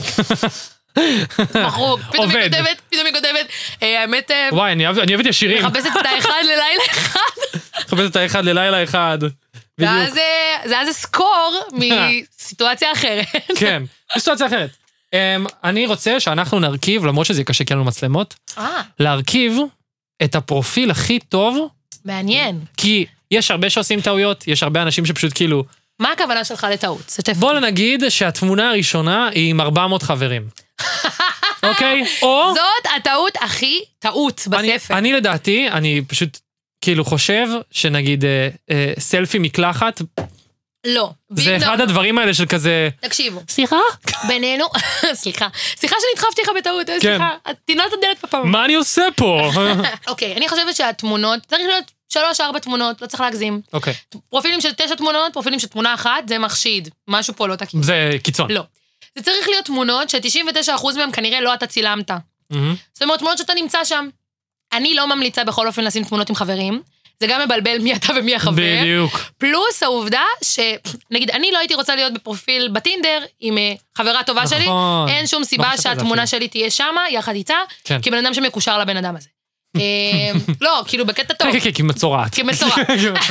מחוק. פתאום היא כותבת, פתאום היא כותבת. האמת... וואי, אני אוהבת ישירים. מחפשת את האחד ללילה אחד. מחפשת את האחד ללילה אחד. ואז זה היה סקור מסיטואציה אחרת. כן, סיטואציה אחרת. אני רוצה שאנחנו נרכיב, למרות שזה קשה כי לנו מצלמות, להרכיב את הפרופיל הכי טוב. מעניין. כי יש הרבה שעושים טעויות, יש הרבה אנשים שפשוט כאילו... מה הכוונה שלך לטעות? בוא נגיד שהתמונה הראשונה היא עם ארבע מאות חברים. אוקיי? או... זאת הטעות הכי טעות בספר. אני לדעתי, אני פשוט כאילו חושב שנגיד סלפי מקלחת... לא. זה אחד הדברים האלה של כזה... תקשיבו. סליחה? בינינו, סליחה. סליחה שנדחפתי לך בטעות, סליחה. תנעל את הדלת בפעם. מה אני עושה פה? אוקיי, אני חושבת שהתמונות, צריך להיות שלוש, ארבע תמונות, לא צריך להגזים. אוקיי. פרופילים של תשע תמונות, פרופילים של תמונה אחת, זה מחשיד. משהו פה לא תקין. זה קיצון. לא. זה צריך להיות תמונות ש-תשעים ותשעה אחוז מהם כנראה לא אתה צילמת. זאת אומרת, תמונות שאתה נמצא שם. אני לא ממליצה בכל אופן לשים תמונות עם חברים. זה גם מבלבל מי אתה ומי החבר. בדיוק. פלוס העובדה שנגיד, אני לא הייתי רוצה להיות בפרופיל בטינדר עם חברה טובה שלי, אין שום סיבה שהתמונה שלי תהיה שמה, יחד איתה, כי בן אדם שמקושר לבן אדם הזה. לא, כאילו בקטע טוב. כן, כן, כי מצורעת. כי מצורעת.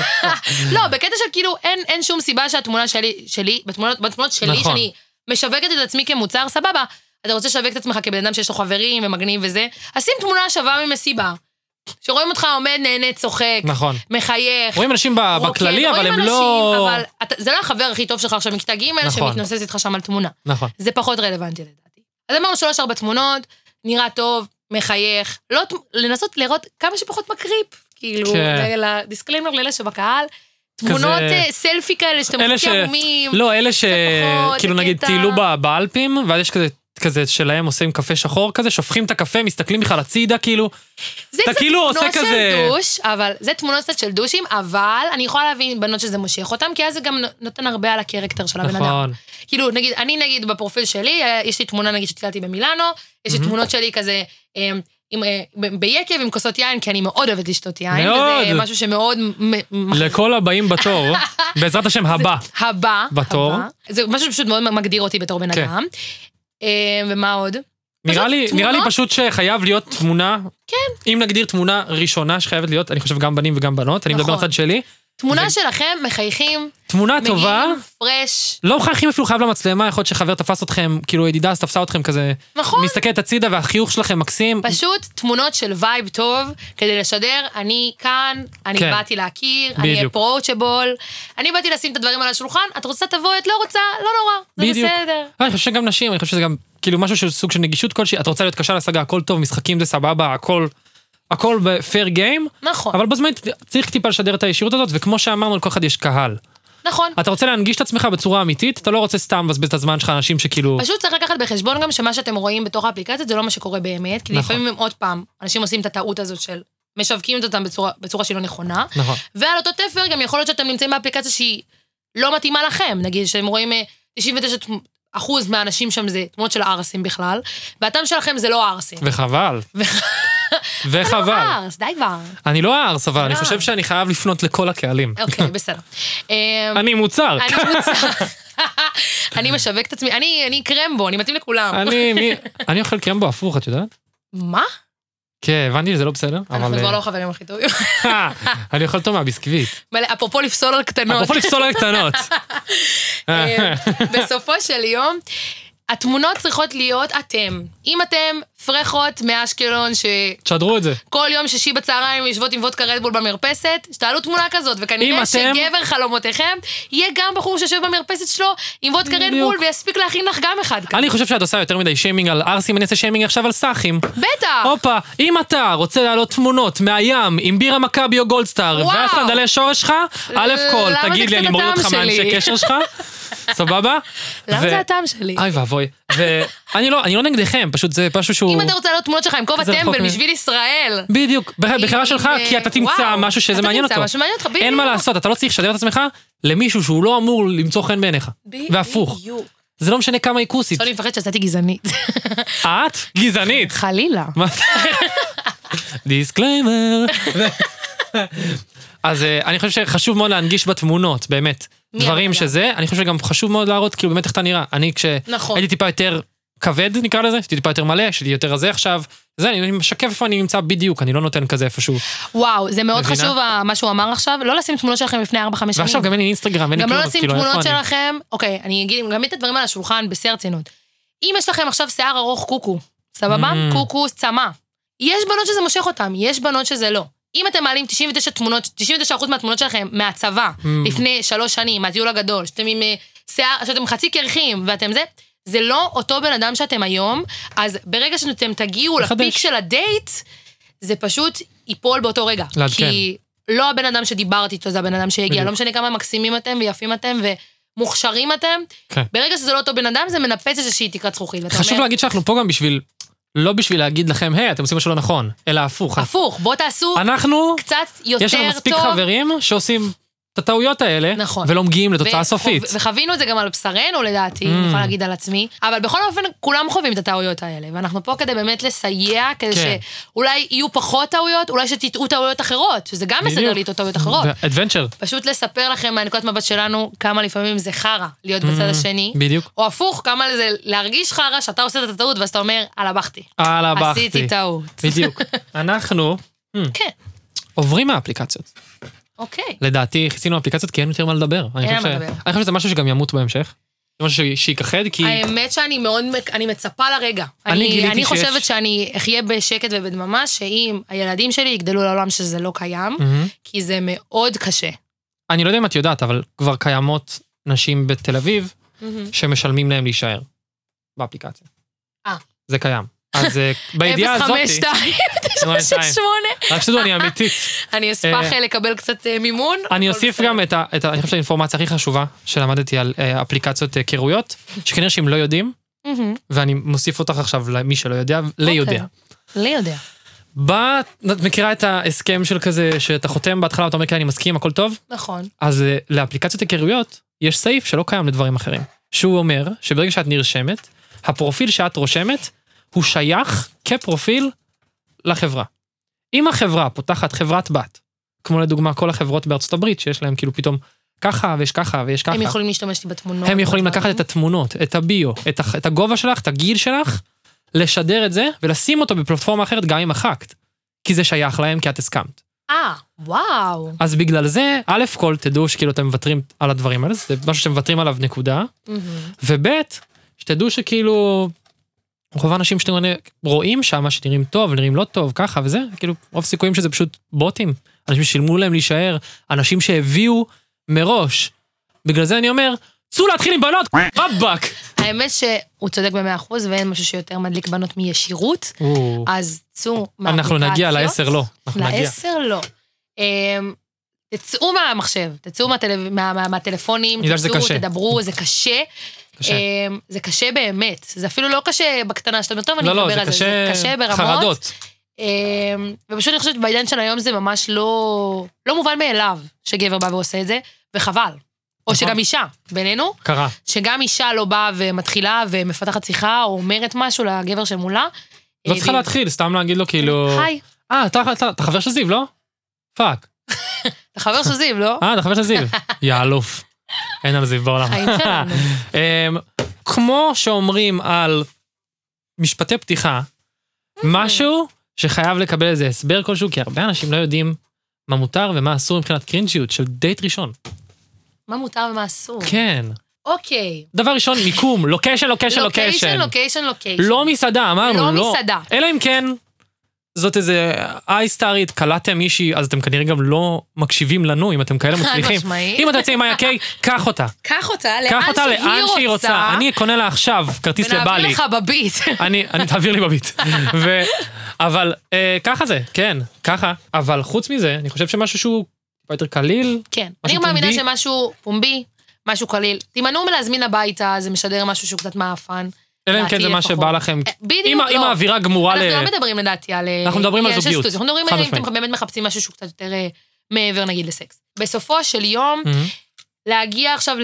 לא, בקטע של כאילו, אין שום סיבה שהתמונה שלי, בתמונות שלי, שאני משווקת את עצמי כמוצר, סבבה, אתה רוצה לשווק את עצמך כבן אדם שיש לו חברים ומגניב וזה, אז שים תמונה שווה ממסיבה. שרואים אותך עומד, נהנה, צוחק, נכון. מחייך. רואים אנשים בכללי, אבל הם לא... אבל זה לא החבר הכי טוב שלך עכשיו מכתה ג' שמתנוסס איתך שם על תמונה. נכון. זה פחות רלוונטי לדעתי. אז אמרנו שלוש ארבע תמונות, נראה טוב, מחייך, לנסות לראות כמה שפחות מקריפ, כאילו, לדיסקליימר לאלה שבקהל, תמונות סלפי כאלה שאתם מתקרמים. לא, אלה שכאילו נגיד טיילו באלפים, ואז יש כזה... כזה שלהם עושים קפה שחור כזה, שופכים את הקפה, מסתכלים בכלל הצידה, כאילו, אתה כאילו עושה כזה... זה תמונות של דוש, אבל, זה תמונות קצת של דושים, אבל אני יכולה להבין בנות שזה מושך אותם, כי אז זה גם נותן הרבה על הקרקטר של הבן אדם. כאילו, נגיד, אני נגיד בפרופיל שלי, יש לי תמונה נגיד שטיילתי במילאנו, יש לי תמונות שלי כזה, ביקב עם כוסות יין, כי אני מאוד אוהבת לשתות יין, וזה משהו שמאוד... לכל הבאים בתור, בעזרת השם הבא. הבא. בתור. זה משהו שפשוט מאוד מגדיר אותי בתור בן אדם. ומה עוד? נראה לי, נראה לי פשוט שחייב להיות תמונה, כן. אם נגדיר תמונה ראשונה שחייבת להיות, אני חושב גם בנים וגם בנות, אני מדבר בצד שלי. תמונה שלכם, מחייכים, תמונה טובה, פרש. לא מחייכים אפילו חייב למצלמה, יכול להיות שחבר תפס אתכם, כאילו ידידה אז תפסה אתכם כזה, נכון. מסתכלת הצידה והחיוך שלכם מקסים. פשוט תמונות של וייב טוב, כדי לשדר, אני כאן, אני כן. באתי להכיר, בדיוק. אני אפרוצ'בול, אני באתי לשים את הדברים על השולחן, את רוצה תבוא, את לא רוצה, לא נורא, זה בדיוק. בסדר. אני חושב שגם נשים, אני חושב שזה גם, כאילו משהו של סוג של נגישות כלשהי, את רוצה להיות קשה להשגה, הכל טוב, משחקים זה סבבה, הכל הכל בפייר גיים, נכון. אבל בזמן צריך טיפה לשדר את הישירות הזאת, וכמו שאמרנו, לכל אחד יש קהל. נכון. אתה רוצה להנגיש את עצמך בצורה אמיתית, אתה לא רוצה סתם לבזבז את הזמן שלך, אנשים שכאילו... פשוט צריך לקחת בחשבון גם שמה שאתם רואים בתוך האפליקציה, זה לא מה שקורה באמת, כי לפעמים הם עוד פעם, אנשים עושים את הטעות הזאת של, משווקים אותם בצורה, בצורה שהיא לא נכונה, נכון. ועל אותו תפר גם יכול להיות שאתם נמצאים באפליקציה שהיא לא מתאימה לכם, נגיד שאתם רואים תשעים ותשעה אחוז מהאנשים שם זה תמונות של הארסים בכלל, והטעם שלכם זה לא הארסים. וחבל. וחבל. אני לא הארס, די כבר. אני לא הארס, אבל אני חושב שאני חייב לפנות לכל הקהלים. אוקיי, בסדר. אני מוצר. אני מוצר. אני משווק את עצמי, אני קרמבו, אני מתאים לכולם. אני אוכל קרמבו הפוך, את יודעת? מה? כן, הבנתי שזה לא בסדר. אנחנו כבר לא חברים הכי טובים. אני אוכל טוב מהביסקוויט. אפרופו לפסול על קטנות. אפרופו לפסול על קטנות. בסופו של יום, התמונות צריכות להיות אתם. אם אתם פרחות מאשקלון ש... תשדרו את זה. כל יום שישי בצהריים יושבות עם וודקה רדבול במרפסת, שתעלו תמונה כזאת, וכנראה שגבר חלומותיכם, יהיה גם בחור שיושב במרפסת שלו עם וודקה רדבול, ויספיק להכין לך גם אחד כזה. אני חושב שאת עושה יותר מדי שיימינג על ארסים, אני אעשה שיימינג עכשיו על סאחים. בטח. הופה, אם אתה רוצה להעלות תמונות מהים, עם בירה מכבי או גולדסטאר, ואז סנדלי שורש שלך, א' כל, תגיד לי, אני מוריד אותך מאנשי קשר שלך, סבבה? למה זה הטעם שלי? איי ואבוי. ואני לא, אני לא נגדכם, פשוט זה משהו שהוא... אם אתה רוצה לעלות תמונות שלך עם כובע טמבל בשביל ישראל. בדיוק, בחירה שלך, כי אתה תמצא משהו שזה מעניין אותו. אין מה לעשות, אתה לא צריך לשדר את עצמך למישהו שהוא לא אמור למצוא חן בעיניך. והפוך. זה לא משנה כמה היא כוסית. אני מפחד שעשיתי גזענית. את? גזענית? חלילה. דיסקליימר. אז אני חושב שחשוב מאוד להנגיש בתמונות, באמת. דברים שזה, אני חושב שגם חשוב מאוד להראות, כאילו באמת איך אתה נראה. אני כשהייתי טיפה יותר כבד, נקרא לזה, הייתי טיפה יותר מלא, שהייתי יותר הזה עכשיו, זה, אני משקף איפה אני נמצא בדיוק, אני לא נותן כזה איפשהו. וואו, זה מאוד חשוב מה שהוא אמר עכשיו, לא לשים תמונות שלכם לפני ארבע חמש שנים. ועכשיו גם אין לי אינסטגרם, אין לי כלום. גם לא לשים תמונות שלכם, אוקיי, אני אגיד, גם את הדברים על השולחן בשיא הרצינות. אם יש לכם עכשיו שיער ארוך קוקו, סבבה? קוקו, צמא. יש בנות שזה מושך אותם, יש בנות שזה לא. אם אתם מעלים תשעים ותשע תמונות, תשעים ותשע אחוז מהתמונות שלכם מהצבא, לפני שלוש שנים, מהטיול הגדול, שאתם עם שיער, שאתם חצי קרחים, ואתם זה, זה לא אותו בן אדם שאתם היום, אז ברגע שאתם תגיעו לפיק של הדייט, זה פשוט ייפול באותו רגע. כי לא הבן אדם שדיברתי איתו, זה הבן אדם שהגיע, לא משנה כמה מקסימים אתם ויפים אתם ומוכשרים אתם, ברגע שזה לא אותו בן אדם, זה מנפץ איזושהי תקרת זכוכית. חשוב להגיד שאנחנו פה גם בשביל... לא בשביל להגיד לכם, היי, אתם עושים משהו לא נכון, אלא הפוך. הפוך, בוא תעשו אנחנו, קצת יותר טוב. יש לנו מספיק חברים שעושים את הטעויות האלה, נכון. ולא מגיעים לתוצאה סופית. וחווינו את זה גם על בשרנו, לדעתי, אני יכולה להגיד על עצמי, אבל בכל אופן, כולם חווים את הטעויות האלה, ואנחנו פה כדי באמת לסייע, כדי שאולי יהיו פחות טעויות, אולי שתטעו טעויות אחרות, שזה גם בסדר לטעות טעויות אחרות. אדוונצ'ר. פשוט לספר לכם מהנקודת מבט שלנו, כמה לפעמים זה חרא להיות בצד השני. בדיוק. או הפוך, כמה זה להרגיש חרא, שאתה עושה את הטעות, ואז אתה אומר, "על הבכתי." על הבכתי. עשיתי טעות. בדיוק. אנחנו כן. עוברים מהאפליקציות. אוקיי. לדעתי, חיסינו אפליקציות כי אין יותר מה לדבר. אין מה לדבר. אני חושב שזה משהו שגם ימות בהמשך. זה משהו שייכחד, כי... האמת שאני מאוד, אני מצפה לרגע. אני גיליתי שיש... אני חושבת שאני אחיה בשקט ובדממה, שאם הילדים שלי יגדלו לעולם שזה לא קיים, כי זה מאוד קשה. אני לא יודע אם את יודעת, אבל כבר קיימות נשים בתל אביב, שמשלמים להם להישאר באפליקציה. אה. זה קיים. אז בידיעה הזאת... אפס חמש שתיים תשע שמונה. רק שתדעו, אני אמיתית. אני אשמח לקבל קצת מימון. אני אוסיף גם את, אני חושב, האינפורמציה הכי חשובה שלמדתי על אפליקציות היכרויות, שכנראה שהם לא יודעים, ואני מוסיף אותך עכשיו למי שלא יודע, ליודע. ליודע. בא, את מכירה את ההסכם של כזה, שאתה חותם בהתחלה, ואתה אומר, כן, אני מסכים, הכל טוב? נכון. אז לאפליקציות היכרויות, יש סעיף שלא קיים לדברים אחרים. שהוא אומר, שברגע שאת נרשמת, הפרופיל שאת רושמת, הוא שייך כפרופיל לחברה. אם החברה פותחת חברת בת, כמו לדוגמה כל החברות בארצות הברית, שיש להם כאילו פתאום ככה ויש ככה ויש ככה. הם יכולים להשתמש בתמונות. הם יכולים לקחת את התמונות, את הביו, את, את הגובה שלך, את הגיל שלך, לשדר את זה ולשים אותו בפלטפורמה אחרת גם אם מחקת. כי זה שייך להם, כי את הסכמת. אה, וואו. אז בגלל זה, א' כל תדעו שכאילו אתם מוותרים על הדברים האלה, זה משהו שאתם מוותרים עליו נקודה, וב' שתדעו שכאילו... רוב האנשים שאתם רואים שם, שנראים טוב, נראים לא טוב, ככה וזה, כאילו, רוב סיכויים שזה פשוט בוטים. אנשים שילמו להם להישאר, אנשים שהביאו מראש. בגלל זה אני אומר, צאו להתחיל עם בנות, רבק. האמת שהוא צודק במאה אחוז, ואין משהו שיותר מדליק בנות מישירות, אז צאו מהאפליקציות. אנחנו נגיע לעשר לא. לעשר לא. תצאו מהמחשב, תצאו מהטלפונים, תצאו, תדברו, זה קשה. קשה. זה קשה באמת, זה אפילו לא קשה בקטנה שאתה טוב, אני לא, מדבר לא, על זה, זה קשה ברמות. חרדות. ופשוט אני חושבת בעידן של היום זה ממש לא, לא מובן מאליו שגבר בא ועושה את זה, וחבל. או שגם אישה, בינינו. קרה. שגם אישה לא באה ומתחילה ומפתחת שיחה, או אומרת משהו לגבר שמולה. לא צריכה להתחיל, סתם להגיד לו כאילו... היי. אה, אתה חבר של זיו, לא? פאק. אתה חבר של זיו, לא? אה, אתה חבר של זיו. יאלוף. אין על זיו בעולם. חיים שלנו. כמו שאומרים על משפטי פתיחה, משהו שחייב לקבל איזה הסבר כלשהו, כי הרבה אנשים לא יודעים מה מותר ומה אסור מבחינת קרינג'יות של דייט ראשון. מה מותר ומה אסור? כן. אוקיי. דבר ראשון, מיקום, לוקיישן, לוקיישן, לוקיישן. לוקיישן, לוקיישן, לוקיישן. לא מסעדה, אמרנו, לא. לא מסעדה. אלא אם כן, זאת איזה אייסטארית, קלטתם מישהי, אז אתם כנראה גם לא מקשיבים לנו, אם אתם כאלה מצליחים. אם אתה יוצא עם מאיה קיי, קח אותה. קח אותה קח אותה לאן שהיא רוצה. אני קונה לה עכשיו כרטיס לבלי. ונעביר לך בביט. אני, אני תעביר לי בביט. ו, אבל אה, ככה זה, כן, ככה. אבל חוץ מזה, אני חושב שמשהו שהוא יותר קליל. כן, אני מאמינה שמשהו פומבי, משהו קליל. תימנעו מלהזמין הביתה, זה משדר משהו שהוא קצת מאפן. אלא אם כן זה מה שבא לכם. בדיוק לא. אם האווירה גמורה ל... אנחנו לא מדברים לדעתי על... אנחנו מדברים על זוגיות. אנחנו מדברים על אם אתם באמת מחפשים משהו שהוא קצת יותר מעבר נגיד לסקס. בסופו של יום, להגיע עכשיו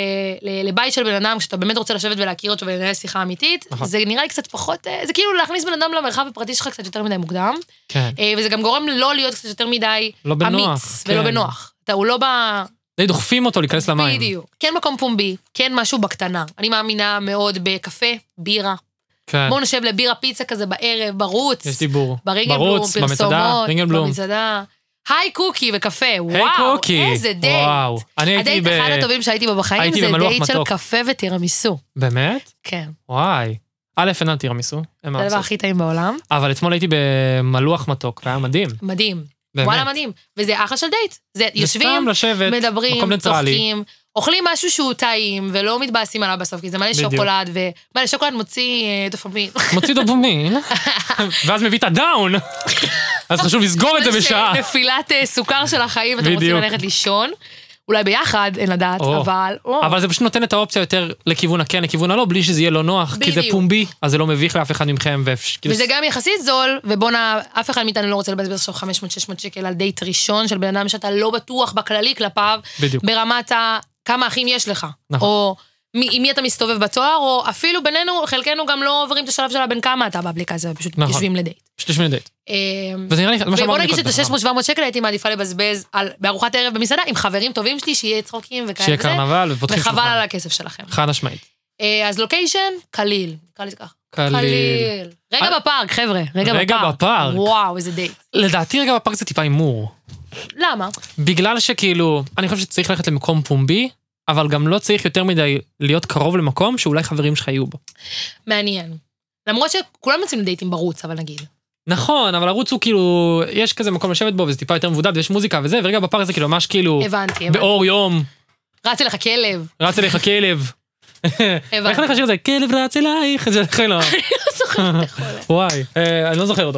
לבית של בן אדם, כשאתה באמת רוצה לשבת ולהכיר אותו ולנהל שיחה אמיתית, זה נראה לי קצת פחות, זה כאילו להכניס בן אדם למרחב הפרטי שלך קצת יותר מדי מוקדם, וזה גם גורם לא להיות קצת יותר מדי אמיץ ולא בנוח. הוא לא בא... די דוחפים אותו להיכנס למים. בדיוק. כן מקום פומבי, כן משהו בקטנה. אני מאמינה מאוד בקפה, בירה. כן. בואו נשב לבירה פיצה כזה בערב, ברוץ. יש דיבור. ברינגלבלום, פרסומות, במצדה. היי קוקי וקפה, וואו, איזה דייט. וואו. הדייט אחד הטובים שהייתי בו בחיים, זה דייט של קפה וטירמיסו. באמת? כן. וואי. א' אין על טירמיסו. זה הדבר הכי טעים בעולם. אבל אתמול הייתי במלוח מתוק, והיה מדהים. מדהים. וואלה מדהים. וזה אחלה של דייט. זה יושבים, מדברים, צוחקים, אוכלים משהו שהוא טעים, ולא מתבאסים עליו בסוף, כי זה מלא שוקולד, ומלא שוקולד מוציא דופמין. מוציא דופמין, ואז מביא את הדאון. אז חשוב לסגור את זה בשעה. נפילת סוכר של החיים, אתם רוצים ללכת לישון. אולי ביחד, אין לדעת, אבל... אבל זה פשוט נותן את האופציה יותר לכיוון הכן, לכיוון הלא, בלי שזה יהיה לא נוח, כי זה פומבי, אז זה לא מביך לאף אחד מכם. וזה גם יחסית זול, ובונה, אף אחד מאיתנו לא רוצה לבזבז עכשיו חמש מאות שש מאות שקל על דייט ראשון של בן אדם שאתה לא בטוח בכללי כלפיו, ברמת כמה אחים יש לך, או עם מי אתה מסתובב בתואר, או אפילו בינינו, חלקנו גם לא עוברים את השלב שלה בין כמה אתה באפליקציה, פשוט יושבים לדייט. פשוט יושבים לדייט. ובוא נגיד שאת ה-שש מאות שבע מאות שקל הייתי מעדיפה לבזבז בארוחת ערב במסעדה עם חברים טובים שלי, שיהיה צחוקים וכאלה. שיהיה קרנבל ופותחים שלוחן. וחבל על הכסף שלכם. חד משמעית. אז לוקיישן, קליל. קליל ככה. קליל. רגע בפארק, חבר'ה. רגע בפארק. וואו, איזה דייט. לדעתי רגע בפארק זה טיפה אימור. למה? בגלל שכאילו, אני חושב שצריך ללכת למקום פומבי, אבל גם לא צריך יותר מדי להיות קרוב למקום שאולי חברים שלך יהיו בו. מעניין. למרות שכולם מוצאים דייטים ברוץ, אבל נגיד. נכון, אבל הרוץ הוא כאילו, יש כזה מקום לשבת בו, וזה טיפה יותר מבודד, ויש מוזיקה וזה, ורגע בפארק זה כאילו ממש כאילו, הבנתי, באור יום. רץ אליך כלב. רץ אליך כלב. איך אני חשיר את זה? כלב רץ אלייך. אני לא זוכרת איך עולה. וואי, אני לא זוכר אותו.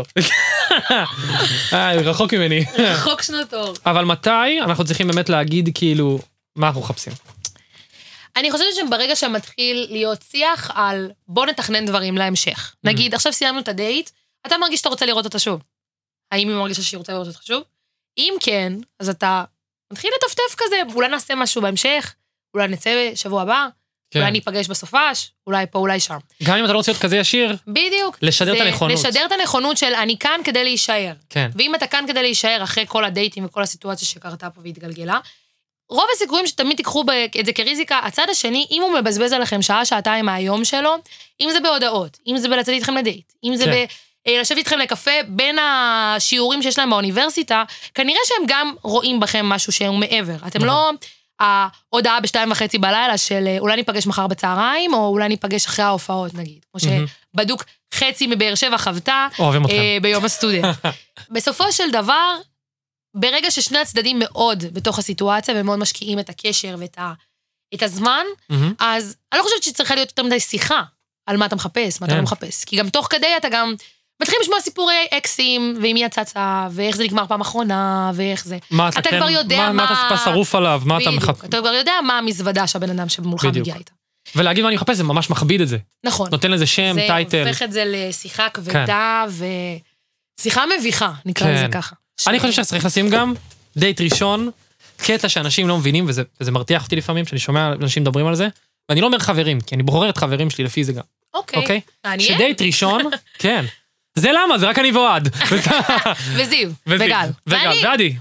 רחוק ממני. רחוק שנות אור. אבל מתי אנחנו צריכים באמת להגיד כאילו, מה אנחנו מחפשים? אני חושבת שברגע שמתחיל להיות שיח על בוא נתכנן דברים להמשך. נגיד, עכשיו סיימנו את הדייט, אתה מרגיש שאתה רוצה לראות אותה שוב. האם היא מרגישה שהיא רוצה לראות אותה שוב? אם כן, אז אתה מתחיל לטפטף כזה, אולי נעשה משהו בהמשך, אולי נצא בשבוע הבא, אולי ניפגש בסופש, אולי פה, אולי שם. גם אם אתה לא רוצה להיות כזה ישיר, בדיוק. לשדר את הנכונות. לשדר את הנכונות של אני כאן כדי להישאר. כן. ואם אתה כאן כדי להישאר אחרי כל הדייטים וכל הסיטואציה שקרתה פה והתגלגלה, רוב הסיכויים שתמיד תיקחו את זה כריזיקה, הצד השני, אם הוא מבזבז עליכם שעה, שעתיים מהיום שלו, אם זה בהודעות, אם זה בלצאת איתכם לדייט, אם זה ב... לשבת איתכם לקפה בין השיעורים שיש להם באוניברסיטה, כנראה שהם גם רואים בכם משהו שהוא מעבר. אתם לא ההודעה בשתיים וחצי בלילה של אולי ניפגש מחר בצהריים, או אולי ניפגש אחרי ההופעות, נגיד. כמו שבדוק חצי מבאר שבע חוותה ביום הסטודנט. בסופו של דבר, ברגע ששני הצדדים מאוד בתוך הסיטואציה, ומאוד משקיעים את הקשר ואת הזמן, אז אני לא חושבת שצריכה להיות יותר מדי שיחה על מה אתה מחפש, מה אתה לא מחפש. כי גם תוך כדי אתה גם מתחילים לשמוע סיפורי אקסים, ועם מי הצצה, ואיך זה נגמר פעם אחרונה, ואיך זה. אתה כבר יודע מה... מה אתה טיפה שרוף עליו, מה אתה מחפש. אתה כבר יודע מה המזוודה שהבן אדם שמולך מגיע איתה. ולהגיד מה אני מחפש, זה ממש מכביד את זה. נכון. נותן לזה שם, טייטל. זה הופך את זה לשיחה כבדה, ושיחה מביכה, נקרא לזה ככה. אני חושב שצריך לשים גם דייט ראשון, קטע שאנשים לא מבינים, וזה מרתיח אותי לפעמים, שאני שומע אנשים מדברים על זה, ואני לא אומר חברים, כי אני בוחר את חברים שלי לפי זה גם. אוקיי. מעניין. שדייט ראשון, כן. זה למה, זה רק אני ואוהד. וזיו, וגל. וגל, ועדי.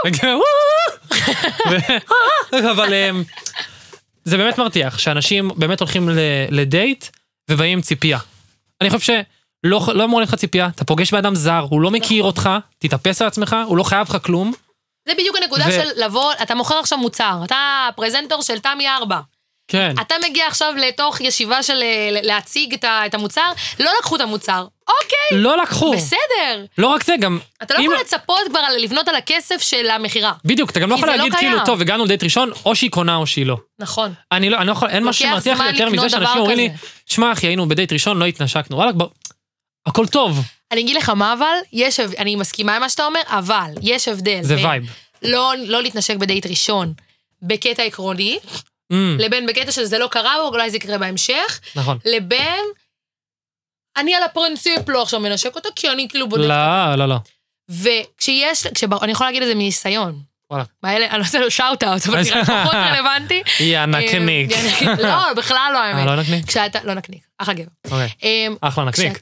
אבל זה באמת מרתיח, שאנשים באמת הולכים לדייט, ובאים ציפייה. אני חושב שלא אמור לך ציפייה, אתה פוגש באדם זר, הוא לא מכיר אותך, תתאפס על עצמך, הוא לא חייב לך כלום. זה בדיוק הנקודה של לבוא, אתה מוכר עכשיו מוצר, אתה פרזנטור של תמי ארבע. כן. אתה מגיע עכשיו לתוך ישיבה של להציג את המוצר, לא לקחו את המוצר. אוקיי. לא לקחו. בסדר. לא רק זה, גם... אתה לא יכול לצפות כבר לבנות על הכסף של המחירה. בדיוק, אתה גם לא יכול להגיד כאילו, טוב, הגענו לדייט ראשון, או שהיא קונה או שהיא לא. נכון. אני לא, אני לא יכול, אין משהו שמרתיח לי יותר מזה שאנשים אומרים לי, שמע אחי, היינו בדייט ראשון, לא התנשקנו. וואלה, הכל טוב. אני אגיד לך מה אבל, יש, אני מסכימה עם מה שאתה אומר, אבל יש הבדל. זה וייב. לא, לא להתנשק בדייט ראשון, בקטע עקרוני, Mm. לבין בקטע שזה לא קרה, או אולי זה יקרה בהמשך, נכון. לבין, אני על הפרינציפ לא עכשיו מנשק אותה, כי אני כאילו בודקת. לא, לא, לא. וכשיש, אני יכולה להגיד את זה מניסיון. וואלה. אני לא רוצה לו שאוט-אאוט, אבל נראה פחות רלוונטי. יא נקניק. לא, בכלל לא האמת. לא נקניק? כשאתה, לא נקניק, אחלה גבר. אוקיי. אחלה נקניק.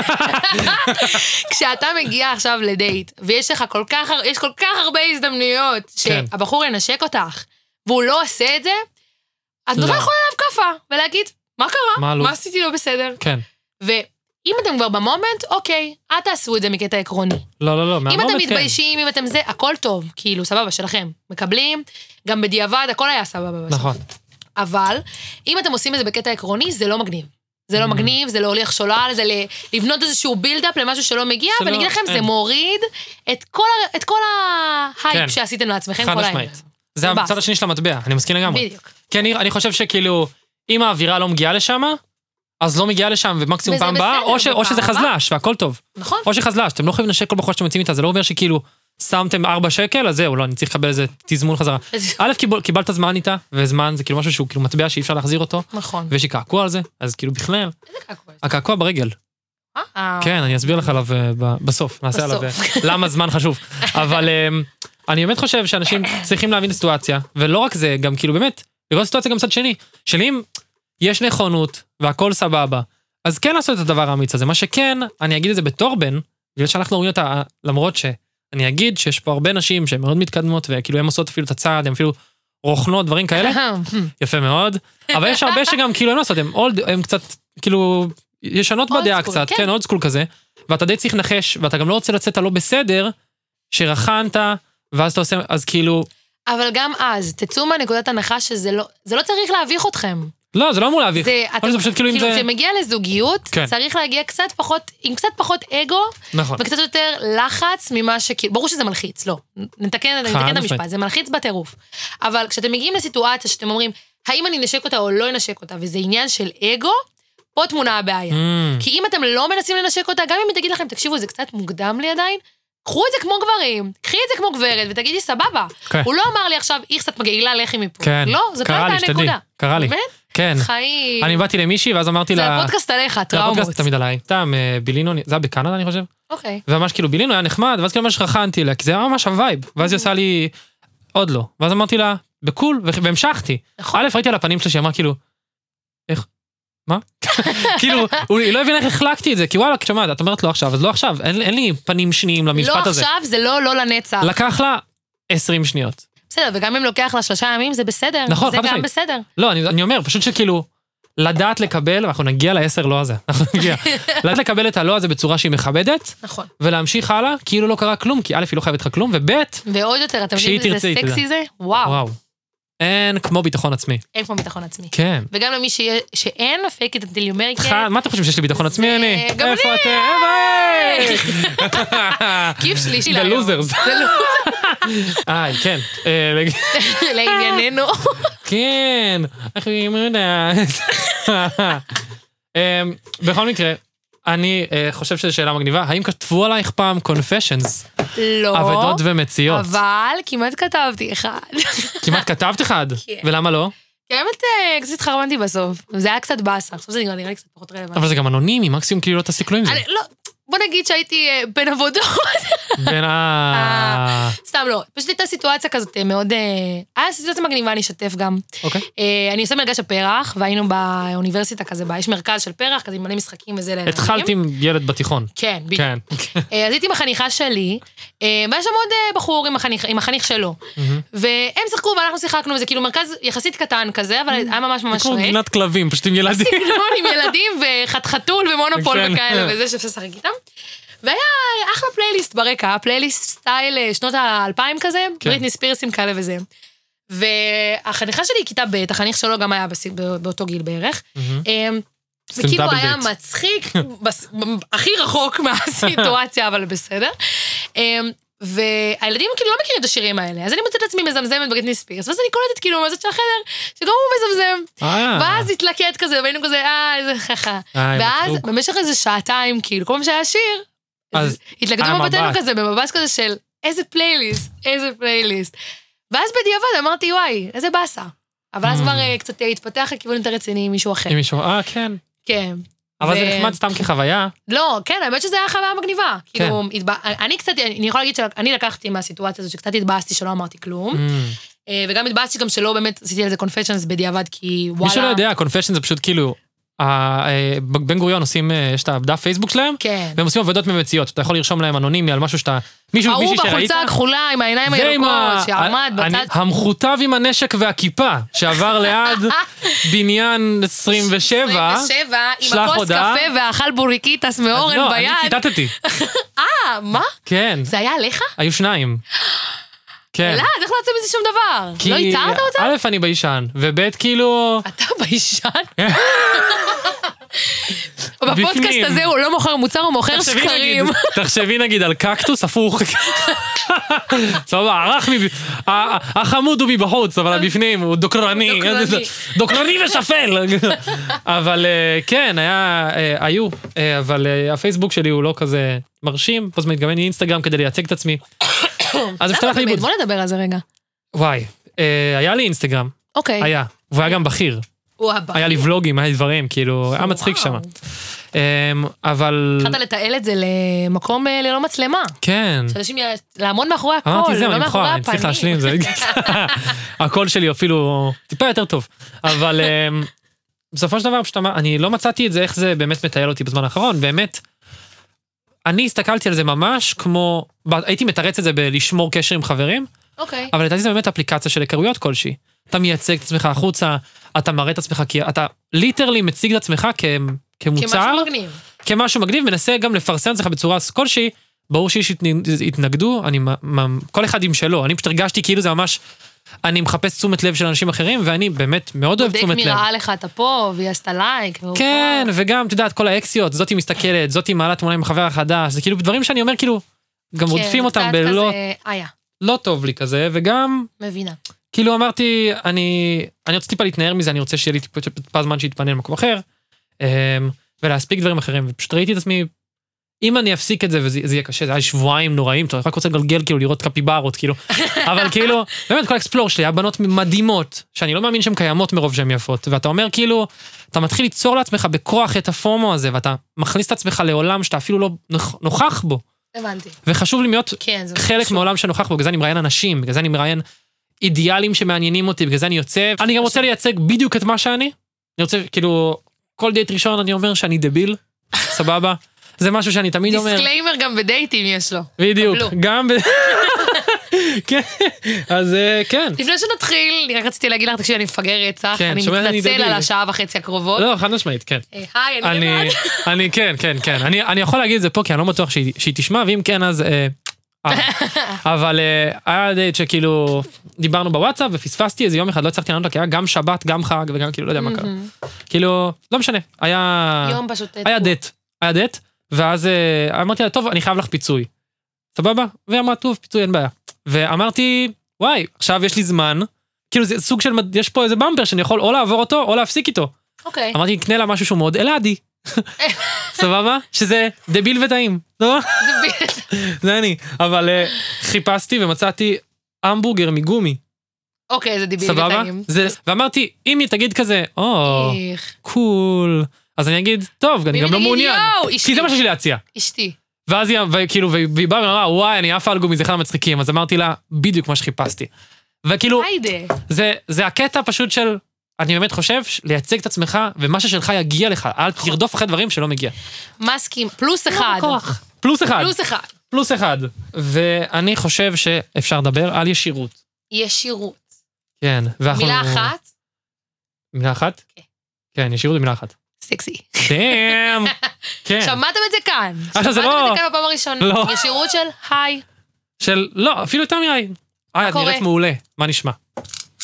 כשאתה מגיע עכשיו לדייט, ויש לך כל כך, יש כל כך הרבה הזדמנויות, שהבחור ינשק אותך, והוא לא עושה את זה, את נורא יכולה עליו כפה, ולהגיד, מה קרה? מה עשיתי לא בסדר? כן. ואם אתם כבר במומנט, אוקיי, אל תעשו את זה מקטע עקרוני. לא, לא, לא, מהמומנט כן. אם אתם מתביישים, אם אתם זה, הכל טוב, כאילו, סבבה, שלכם. מקבלים, גם בדיעבד, הכל היה סבבה. נכון. אבל, אם אתם עושים את זה בקטע עקרוני, זה לא מגניב. זה לא מגניב, זה לא הוליך שולל, זה לבנות איזשהו בילדאפ למשהו שלא מגיע, ואני אגיד לכם, זה מוריד את כל ההייפ שעשיתם לעצמכם כל הערב. זה הצד השני של המטבע, אני מסכים לגמרי. בדיוק. כי אני, אני חושב שכאילו, אם האווירה לא מגיעה לשם, אז לא מגיעה לשם, ומקסימום פעם באה, או, ש, או שזה חזלש, והכל טוב. נכון. או שחזלש, אתם לא יכולים לנשק כל בחור שאתם יוצאים איתה, זה לא אומר שכאילו, שמתם ארבע שקל, אז זהו, לא, אני צריך לקבל איזה תזמון חזרה. א', קיבל, קיבלת זמן איתה, וזמן זה כאילו משהו שהוא כאילו מטבע שאי אפשר להחזיר אותו. נכון. ויש לי קעקוע על זה, אז כאילו בכלל. איזה קעקוע? הקעקוע ברגל. כן, אני אסביר לך עליו בסוף, נעשה עליו למה זמן חשוב. אבל אני באמת חושב שאנשים צריכים להבין את הסיטואציה, ולא רק זה, גם כאילו באמת, לראות את הסיטואציה גם צד שני, שאם יש נכונות והכל סבבה, אז כן לעשות את הדבר האמיץ הזה. מה שכן, אני אגיד את זה בתור בן, בגלל שאנחנו רואים אותה, למרות שאני אגיד שיש פה הרבה נשים שהן מאוד מתקדמות, וכאילו הן עושות אפילו את הצעד, הן אפילו רוכנות, דברים כאלה, יפה מאוד, אבל יש הרבה שגם כאילו הן לעשות, הן קצת כאילו ישנות בדעה קצת, כן, עוד סקול כזה, ואתה די צריך לנחש, ואתה גם לא רוצה לצאת הלא בסדר, שרחנת, ואז אתה עושה, אז כאילו... אבל גם אז, תצאו מהנקודת הנחה שזה לא, זה לא צריך להביך אתכם. לא, זה לא אמור להביך. זה, אתם, זה פשוט כאילו אם זה... כאילו, כשמגיע לזוגיות, כן. צריך להגיע קצת פחות, עם קצת פחות אגו, נכון. וקצת יותר לחץ ממה שכאילו, ברור שזה מלחיץ, לא, נתקן, נתקן את המשפט, זה מלחיץ בטירוף. אבל כשאתם מגיעים לסיטואציה שאתם אומרים, האם אני נשק אותה או לא נשק אותה, וזה עניין של אגו, פה תמונה הבעיה. Mm. כי אם אתם לא מנסים לנשק אותה, גם אם היא תגיד לכם, תקשיבו, זה קצת מוקדם לי עדיין, קחו את זה כמו גברים, קחי את זה כמו גברת, ותגידי, סבבה. Okay. הוא לא אמר לי עכשיו, איך קצת מגעילה לכי מפה. כן. לא, זאת לא הייתה הנקודה. קרה לי, כן. חיים. אני באתי למישהי, ואז אמרתי לה... זה הפודקאסט עליך, טראומות. זה הפודקאסט תמיד עליי. טעם, בילינו, זה היה בקנדה, אני חושב. אוקיי. וממש כאילו, בילינו היה נחמד, ואז כאילו ממש רחנתי לה, כי זה היה ממש הווייב. ואז היא עושה לי, עוד לא. ואז אמרתי לה, בקול, והמשכתי. א', ראיתי על הפנים שלה שהיא אמרה כאילו, איך? מה? כאילו, היא לא הבינה איך החלקתי את זה, כי וואלה, כשמעת, את אומרת לא עכשיו, אז לא עכשיו, אין לי פנים שניים למשפט הזה. לא עכשיו, זה לא לא לנצח. לקח לה עשרים שניות. בסדר, וגם אם לוקח לה שלושה ימים, זה בסדר. נכון, זה גם בסדר. לא, אני אומר, פשוט שכאילו, לדעת לקבל, ואנחנו נגיע לעשר לא הזה, אנחנו נגיע, לדעת לקבל את הלא הזה בצורה שהיא מכבדת, נכון. ולהמשיך הלאה, כאילו לא קרה כלום, כי א' היא לא חייבת לך כלום, וב' ועוד יותר, אתם יודעים איזה סקסי זה? וואו. אין כמו ביטחון עצמי. אין כמו ביטחון עצמי. כן. וגם למי שאין, fake it until you make it. מה אתם חושבים שיש לי ביטחון עצמי? אני? גם איפה אתם? כיף שלישי להיום. The losers. אה, כן. לענייננו. כן. איך היא יודעת. בכל מקרה, אני חושב שזו שאלה מגניבה. האם כתבו עלייך פעם confessions? לא. אבדות ומציאות. אבל כמעט כתבתי אחד. כמעט כתבת אחד? ולמה לא? כי האמת קצת התחרמנתי בסוף. זה היה קצת באסה. עכשיו זה נראה לי קצת פחות רלוונטי. אבל זה גם אנונימי, מקסימום כאילו לא תסתכלו עם זה. לא, בוא נגיד שהייתי בין עבודות. בין ה... סתם לא. פשוט הייתה סיטואציה כזאת מאוד... היה סיטואציה מגניבה, אני אשתף גם. אוקיי. אני עושה מרגש הפרח, והיינו באוניברסיטה כזה, יש מרכז של פרח, כזה עם מלא משחקים וזה לילדים. התחלתי עם ילד בתיכון. כן, בדיוק. אז הייתי עם החניכה שלי, ויש שם עוד בחור עם החניך שלו. והם שיחקו ואנחנו שיחקנו, וזה כאילו מרכז יחסית קטן כזה, אבל היה ממש ממש ריק. גינת כלבים, פשוט עם ילדים. עם ילדים וחתחתול ומונופול וכאלה, וזה שאפשר לשחק איתם. והיה אחלה פלייליסט ברקע, פלייליסט סטייל שנות האלפיים כזה, בריטני ספירסים כאלה וזה. והחניכה שלי כיתה ב', החניך שלו גם היה באותו גיל בערך, וכאילו היה מצחיק, הכי רחוק מהסיטואציה, אבל בסדר. והילדים כאילו לא מכירים את השירים האלה, אז אני מוצאת עצמי מזמזמת בריטני ספירס, ואז אני קולטת כאילו מהזאת של החדר, שגם הוא מזמזם, ואז התלקט כזה, והיינו כזה, אה, איזה חכה. ואז במשך איזה שעתיים, כאילו, כל פעם שהיה שיר, אז התלקטו מבטנו כזה, במבט כזה של איזה פלייליסט, איזה פלייליסט. ואז בדיעבד אמרתי, וואי, איזה באסה. אבל אז כבר קצת התפתח לכיוון יותר רציני עם מישהו אחר. עם מישהו, אה, כן. כן. אבל זה נחמד סתם כחוויה. לא, כן, האמת שזה היה חוויה מגניבה. כאילו, אני קצת, אני יכולה להגיד שאני לקחתי מהסיטואציה הזאת, שקצת התבאסתי שלא אמרתי כלום, וגם התבאסתי גם שלא באמת עשיתי על זה קונפשנס בדיעבד, כי וואלה... מי שלא יודע, קונפשנס זה פשוט כאילו, בן גוריון עושים, יש את הדף פייסבוק שלהם, והם עושים עבודות ממציאות, אתה יכול לרשום להם אנונימי על משהו שאתה, מישהו, מישהי שראית. ההוא בחולצה הכחולה עם העיניים הירוקות, שעמד בצד. המחוטב עם הנשק והכיפה, שעבר ליד בניין עשרים ושבע, עשרים ושבע, עם הכוס קפה ואכל בוריקיטס מאורן ביד. לא, אני ציטטתי. אה, מה? כן. זה היה עליך? היו שניים. כן. אלא, איך לא יוצא מזה שום דבר? לא איתרת אותה? א', אני ביישן, וב', כאילו... אתה ביישן? בפודקאסט הזה הוא לא מוכר מוצר, הוא מוכר שקרים. תחשבי נגיד על קקטוס הפוך. סבבה, החמוד הוא מבחוץ, אבל הבפנים הוא דוקרני. דוקרני ושפל. אבל כן, היו, אבל הפייסבוק שלי הוא לא כזה מרשים, פה זה מתגוון אינסטגרם כדי לייצג את עצמי. אז אפשר לך לאיבוד. בוא נדבר על זה רגע. וואי, היה לי אינסטגרם. אוקיי. היה, והוא היה גם בכיר. היה לי ולוגים, היה לי דברים, כאילו, היה מצחיק שם. אבל... התחלת לתעל את זה למקום ללא מצלמה. כן. שאנשים לעמוד מאחורי הכל, אמרתי זה, לא אני מאחורי אני הפנים. צריך להשלים זה. הקול שלי אפילו טיפה יותר טוב. אבל בסופו של דבר, פשוט אני לא מצאתי את זה, איך זה באמת מטייל אותי בזמן האחרון, באמת, אני הסתכלתי על זה ממש כמו, הייתי מתרץ את זה בלשמור קשר עם חברים, אוקיי. אבל לדעתי זה באמת אפליקציה של היכרויות כלשהי. אתה מייצג את עצמך החוצה, אתה מראה את עצמך, כי אתה ליטרלי מציג את עצמך כמוצר. כמשהו מגניב. כמשהו מגניב, מנסה גם לפרסם את עצמך בצורה כלשהי, ברור שיש התנגדו, אני, כל אחד עם שלו, אני פשוט הרגשתי כאילו זה ממש, אני מחפש תשומת לב של אנשים אחרים, ואני באמת מאוד אוהב תשומת לב. בודק מי ראה לך אתה פה, והיא עשתה לייק. כן, וגם, אתה יודעת, כל האקסיות, זאתי מסתכלת, זאתי מעלה תמונה עם החבר החדש, זה כאילו דברים שאני אומר, כאילו, גם רודפים אותם בלא, לא טוב לי כזה, וגם, מבינה. כאילו אמרתי, אני, אני רוצה טיפה להתנער מזה, אני רוצה שיהיה לי טיפה זמן שיתפנה למקום אחר, ולהספיק דברים אחרים, ופשוט ראיתי את עצמי, אם אני אפסיק את זה, וזה יהיה קשה, זה היה שבועיים נוראים, אתה רק רוצה לגלגל, כאילו, לראות קפיברות, כאילו, אבל כאילו, באמת, כל האקספלור שלי, היה בנות מדהימות, שאני לא מאמין שהן קיימות מרוב שהן יפות, ואתה אומר, כאילו, אתה מתחיל ליצור לעצמך בכוח את הפומו הזה, ואתה מכניס את עצמך לעולם שאתה אפילו לא נוכח בו. הבנתי. וחשוב לי להיות חלק מעולם שנוכח בו, בגלל זה אני מראיין אנשים, בגלל זה אני מראיין אידיאלים שמעניינים אותי, בגלל זה אני יוצא, אני גם רוצה לייצג בדיוק את מה שאני, אני רוצה, כאילו, כל דייט ראשון אני אומר שאני דביל, סבבה, זה משהו שאני תמיד אומר. דיסקליימר גם בדייטים יש לו. בדיוק, גם ב... כן, אז כן. לפני שנתחיל, אני רק רציתי להגיד לך, תקשיב, אני מפגר רצח, אני מתנצל על השעה וחצי הקרובות. לא, חד משמעית, כן. היי, אני לבד. אני, כן, כן, כן. אני יכול להגיד את זה פה, כי אני לא בטוח שהיא תשמע, ואם כן, אז... אבל היה דייט שכאילו דיברנו בוואטסאפ ופספסתי איזה יום אחד, לא הצלחתי לענות לה, כי היה גם שבת, גם חג וגם כאילו לא יודע מה קרה. כאילו, לא משנה, היה... יום פשוט... היה דייט, היה דייט, ואז אמרתי לה, טוב, אני חייב לך פיצוי. סבבה? והיא אמרה, טוב, פיצוי אין בעיה. ואמרתי, וואי, עכשיו יש לי זמן, כאילו זה סוג של, יש פה איזה במפר שאני יכול או לעבור אותו או להפסיק איתו. אוקיי. אמרתי, קנה לה משהו שהוא מאוד אלעדי. סבבה? שזה דביל וטעים. דביל. זה אני. אבל חיפשתי ומצאתי המבורגר מגומי. אוקיי, זה דביל וטעים. ואמרתי, אם היא תגיד כזה, או, קול, אז אני אגיד, טוב, אני גם לא מעוניין. כי זה מה שיש לי להציע. אשתי. ואז היא, וכאילו, והיא באה ואמרה, וואי, אני אף על גומי, זה אחד המצחיקים. אז אמרתי לה, בדיוק מה שחיפשתי. וכאילו, זה הקטע פשוט של... אני באמת חושב לייצג את עצמך, ומה ששלך יגיע לך, אל תרדוף אחרי דברים שלא מגיע. מסכים, פלוס אחד. פלוס אחד. פלוס אחד. פלוס אחד. ואני חושב שאפשר לדבר על ישירות. ישירות. כן. מילה אחת? מילה אחת? כן, ישירות במילה אחת. סקסי. דאם. כן. שמעתם את זה כאן. שמעתם את זה כאן בפעם הראשונה. לא. ישירות של היי. של, לא, אפילו יותר מהי. היי, את נראית מעולה. מה נשמע?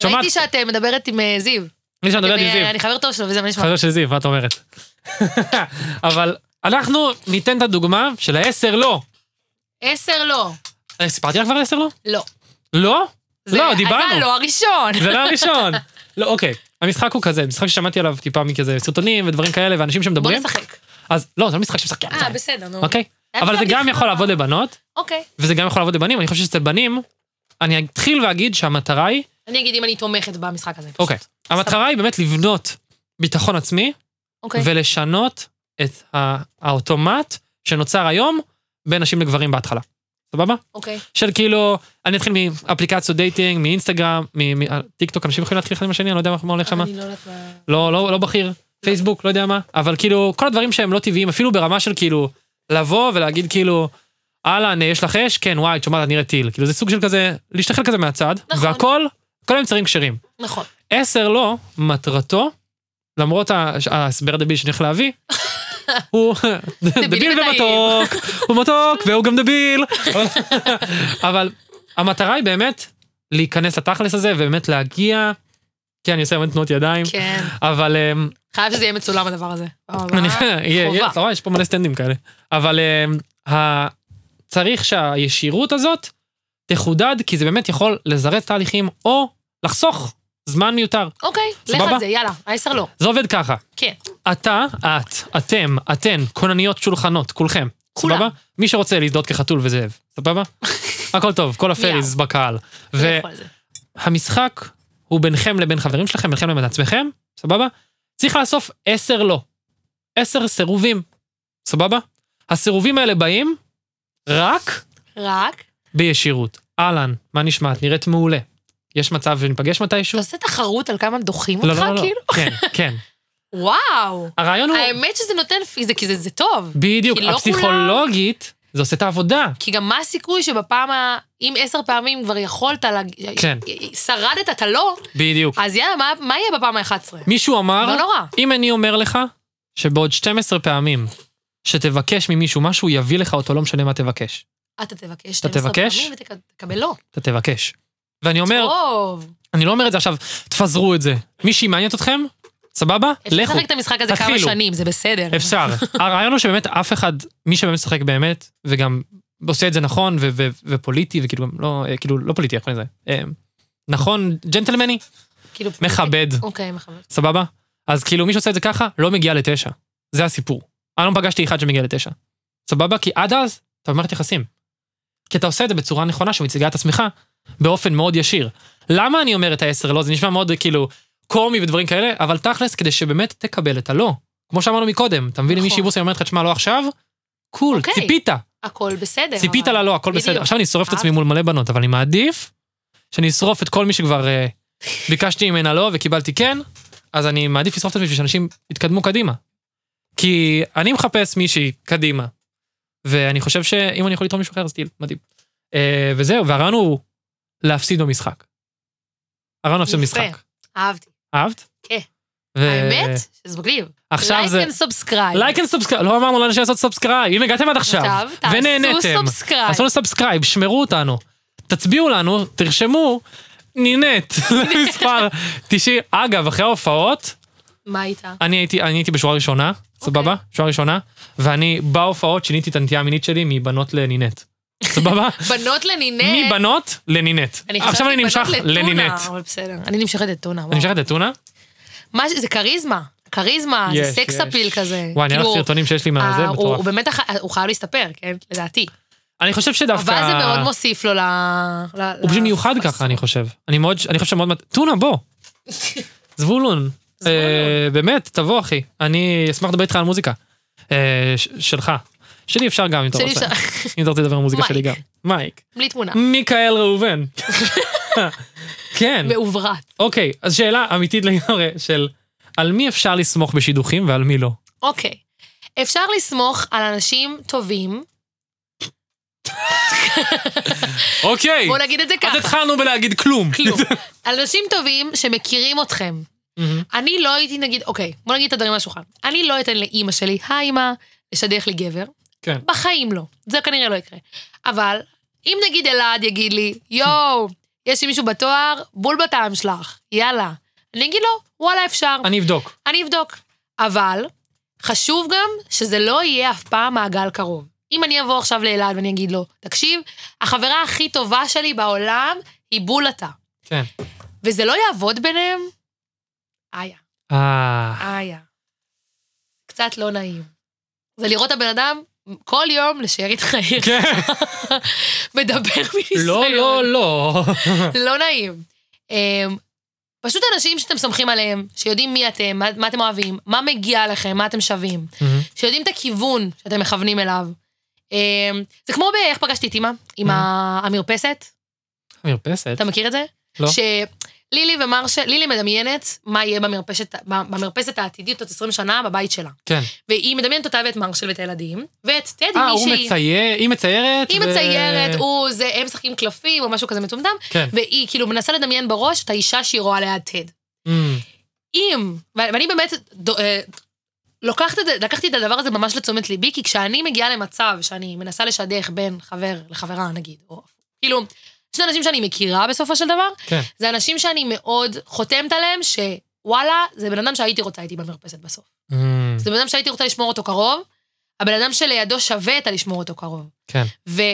ראיתי שאת מדברת עם זיו. אני מדברת עם זיו. אני חבר טוב שלו, וזה מה נשמע. חבר של זיו, מה את אומרת? אבל אנחנו ניתן את הדוגמה של העשר לא. עשר לא. סיפרתי לך כבר עשר לא? לא. לא? לא, דיברנו. זה לא הראשון. זה לא הראשון. לא, אוקיי. המשחק הוא כזה, משחק ששמעתי עליו טיפה מכזה סרטונים ודברים כאלה, ואנשים שמדברים. בוא נשחק. אז לא, זה לא משחק שמשחק. אה, בסדר, נו. אוקיי? אבל זה גם יכול לעבוד לבנות. אוקיי. וזה גם יכול לעבוד לבנים. אני חושב שאצל בנים, אני אתחיל ואגיד שהמטרה היא... אני אגיד אם אני תומכת במשחק הזה. אוקיי. המטרה היא באמת לבנות ביטחון עצמי, ולשנות את האוטומט שנוצר היום בין נשים לגברים בהתחלה. סבבה? אוקיי. של כאילו, אני אתחיל מאפליקציות דייטינג, מאינסטגרם, מטיקטוק, אנשים יכולים להתחיל אחד עם השני, אני לא יודע מה הולך שם. אני לא יודעת מה... לא, לא, לא בכיר, פייסבוק, לא יודע מה, אבל כאילו, כל הדברים שהם לא טבעיים, אפילו ברמה של כאילו, לבוא ולהגיד כאילו, אהלן, יש לך אש? כן, וואי, תשמעת, נראית טיל. כאילו, זה סוג של כזה, להשתחל כזה מהצד, והכל, כל המוצרים כשרים. נכון. עשר לא, מטרתו, למרות ההסבר הדביל שאני הולך להביא, הוא דביל ומתוק, הוא מתוק והוא גם דביל. אבל המטרה היא באמת להיכנס לתכלס הזה ובאמת להגיע, כן, אני עושה באמת תנועות ידיים, כן. אבל... חייב שזה יהיה מצולם הדבר הזה. חובה. יש פה מלא סטנדים כאלה. אבל צריך שהישירות הזאת תחודד, כי זה באמת יכול לזרז תהליכים או לחסוך זמן מיותר. אוקיי, לך על זה, יאללה, העשר לא. זה עובד ככה. כן. אתה, את, אתם, אתן, כונניות שולחנות, כולכם. כולם. סבבה? מי שרוצה להזדהות כחתול וזאב. סבבה? הכל טוב, כל הפריז בקהל. והמשחק הוא ביניכם לבין חברים שלכם, ביניכם לבין עצמכם, סבבה? צריך לאסוף עשר לא. עשר סירובים. סבבה? הסירובים האלה באים רק... רק? בישירות. אהלן, מה נשמע? את נראית מעולה. יש מצב וניפגש מתישהו? אתה עושה תחרות על כמה דוחים לא, אותך, לא, לא, כאילו? כן, כן. וואו. הרעיון הוא... האמת שזה נותן פיזה, כי זה, זה טוב. בדיוק, הפסיכולוגית, זה עושה את העבודה. כי גם מה הסיכוי שבפעם ה... אם עשר פעמים כבר יכולת, לה... כן. שרדת, אתה לא. בדיוק. אז יאללה, מה, מה יהיה בפעם ה-אחת עשרה? מישהו אמר, לא נורא. אם אני אומר לך, שבעוד שתים עשרה פעמים, שתבקש ממישהו משהו, יביא לך אותו, לא משנה מה תבקש. אתה תבקש שתים עשרה פעמים ותקבל לא. אתה תבקש. ואני אומר, טוב. אני לא אומר את זה עכשיו, תפזרו את זה. מישהי מעניינת אתכם? סבבה? לכו. אפשר לשחק את המשחק הזה כמה שנים, זה בסדר. אפשר. הרעיון הוא שבאמת אף אחד, מי שבאמת משחק באמת, וגם עושה את זה נכון ופוליטי, וכאילו לא, כאילו לא פוליטי, איך קוראים לזה? נכון, ג'נטלמני? מכבד. אוקיי, מכבד. סבבה? אז כאילו מי שעושה את זה ככה, לא מגיע לתשע. זה הסיפור. אני לא פגשתי אחד שמגיע לתשע. סבבה? כי עד אז, אתה אומר יחסים. כי אתה עושה את זה בצורה נכונה, שמציגה את עצמך באופן מאוד ישיר. למה אני אומר את העשר לא? זה נשמע מאוד כאילו קומי ודברים כאלה, אבל תכלס כדי שבאמת תקבל את הלא. כמו שאמרנו מקודם, אתה מבין לי מישהי בוסי אומרת לך, תשמע לא עכשיו? קול, ציפית. הכל בסדר. ציפית לה לא, הכל בסדר. עכשיו אני אשרוף את עצמי מול מלא בנות, אבל אני מעדיף שאני אשרוף את כל מי שכבר ביקשתי ממנה לא וקיבלתי כן, אז אני מעדיף לשרוף את עצמי שאנשים יתקדמו קדימה. כי אני מחפש מישהי קדימה, ואני חושב שאם אני יכול לתרום מישהו אחר, אז תהיל, מדהים. וזהו, והרעיון הוא להפסיד במשחק. הרעיון הוא להפסיד במשחק. אהבתי. אהבת? כן. האמת? שזה מגניב. עכשיו זה... לייק אנד סאבסקרייב. לייק אנד סאבסקרייב. לא אמרנו לאנשים לעשות סאבסקרייב. אם הגעתם עד עכשיו, ונהנתם. תעשו סאבסקרייב. תעשו סאבסקרייב, שמרו אותנו. תצביעו לנו, תרשמו, נינט. למספר תשעים. אגב, אחרי ההופעות... מה היית? אני הייתי, אני הייתי בשורה ראשונה, סבבה? שורה ראשונה. ואני בהופעות שיניתי את הנטייה המינית שלי מבנות לנינט. סבבה? בנות לנינט. מבנות לנינט. עכשיו אני נמשך לנינט. אבל בסדר. אני נמשכת את טונה. אני נמשכת את טונה? זה קריזמה. קריזמה, זה סקס אפיל כזה. וואי, אני הולך סרטונים שיש לי מהזה, בטורף. הוא באמת, הוא חייב להסתפר, כן? לדעתי. אני חושב שדווקא... אבל זה מאוד מוסיף לו ל... הוא פשוט מיוחד ככה, אני חושב. אני מאוד, אני חושב שמאוד... טונה, בוא. זבולון. באמת, תבוא, אחי. אני אשמח לדבר איתך על מוזיקה. שלך. שלי אפשר גם, אם אתה רוצה. אם אתה רוצה לדבר על מוזיקה שלי גם. מייק. בלי תמונה. מיקאל ראובן. כן. מעוברת. אוקיי, אז שאלה אמיתית לגמרי של על מי אפשר לסמוך בשידוכים ועל מי לא. אוקיי. אפשר לסמוך על אנשים טובים. אוקיי. בוא נגיד את זה ככה. אז התחלנו בלהגיד כלום. כלום. על אנשים טובים שמכירים אתכם. אני לא הייתי נגיד, אוקיי, בוא נגיד את הדברים מהשולחן. אני לא אתן לאמא שלי, היי אמא, לשדך לי גבר. כן. בחיים לא. זה כנראה לא יקרה. אבל אם נגיד אלעד יגיד לי, יואו, יש לי מישהו בתואר, בול בטעם שלך, יאללה. אני אגיד לו, וואלה, אפשר. אני אבדוק. אני אבדוק. אבל חשוב גם שזה לא יהיה אף פעם מעגל קרוב. אם אני אבוא עכשיו לאלעד ואני אגיד לו, תקשיב, החברה הכי טובה שלי בעולם היא בול אתה. כן. וזה לא יעבוד ביניהם, איה. אה. איה. קצת לא נעים. זה לראות הבן אדם כל יום לשארית חיים. כן. מדבר מניסיון. לא, לא, לא. לא נעים. פשוט אנשים שאתם סומכים עליהם, שיודעים מי אתם, מה, מה אתם אוהבים, מה מגיע לכם, מה אתם שווים, שיודעים את הכיוון שאתם מכוונים אליו. זה כמו באיך פגשתי את אמא, עם המרפסת. המרפסת? אתה מכיר את זה? לא. לילי ומרשה, לילי מדמיינת מה יהיה במרפסת, במרפסת העתידית עוד עשרים שנה בבית שלה. כן. והיא מדמיינת אותה ואת מרשל ואת הילדים, ואת טדי מישהי. אה, הוא מצייר, היא מציירת. היא מציירת, הוא זה, הם משחקים קלפים או משהו כזה מטומטם, כן. והיא כאילו מנסה לדמיין בראש את האישה שהיא רואה ליד טד. אם, ואני באמת לוקחת את זה, לקחתי את הדבר הזה ממש לתשומת ליבי, כי כשאני מגיעה למצב שאני מנסה לשדך בין חבר לחברה נגיד, או כאילו, יש אנשים שאני מכירה בסופו של דבר, כן. זה אנשים שאני מאוד חותמת עליהם, שוואלה, זה בן אדם שהייתי רוצה איתי במרפסת בסוף. Mm. זה בן אדם שהייתי רוצה לשמור אותו קרוב, הבן אדם שלידו שווה את לשמור אותו קרוב. כן.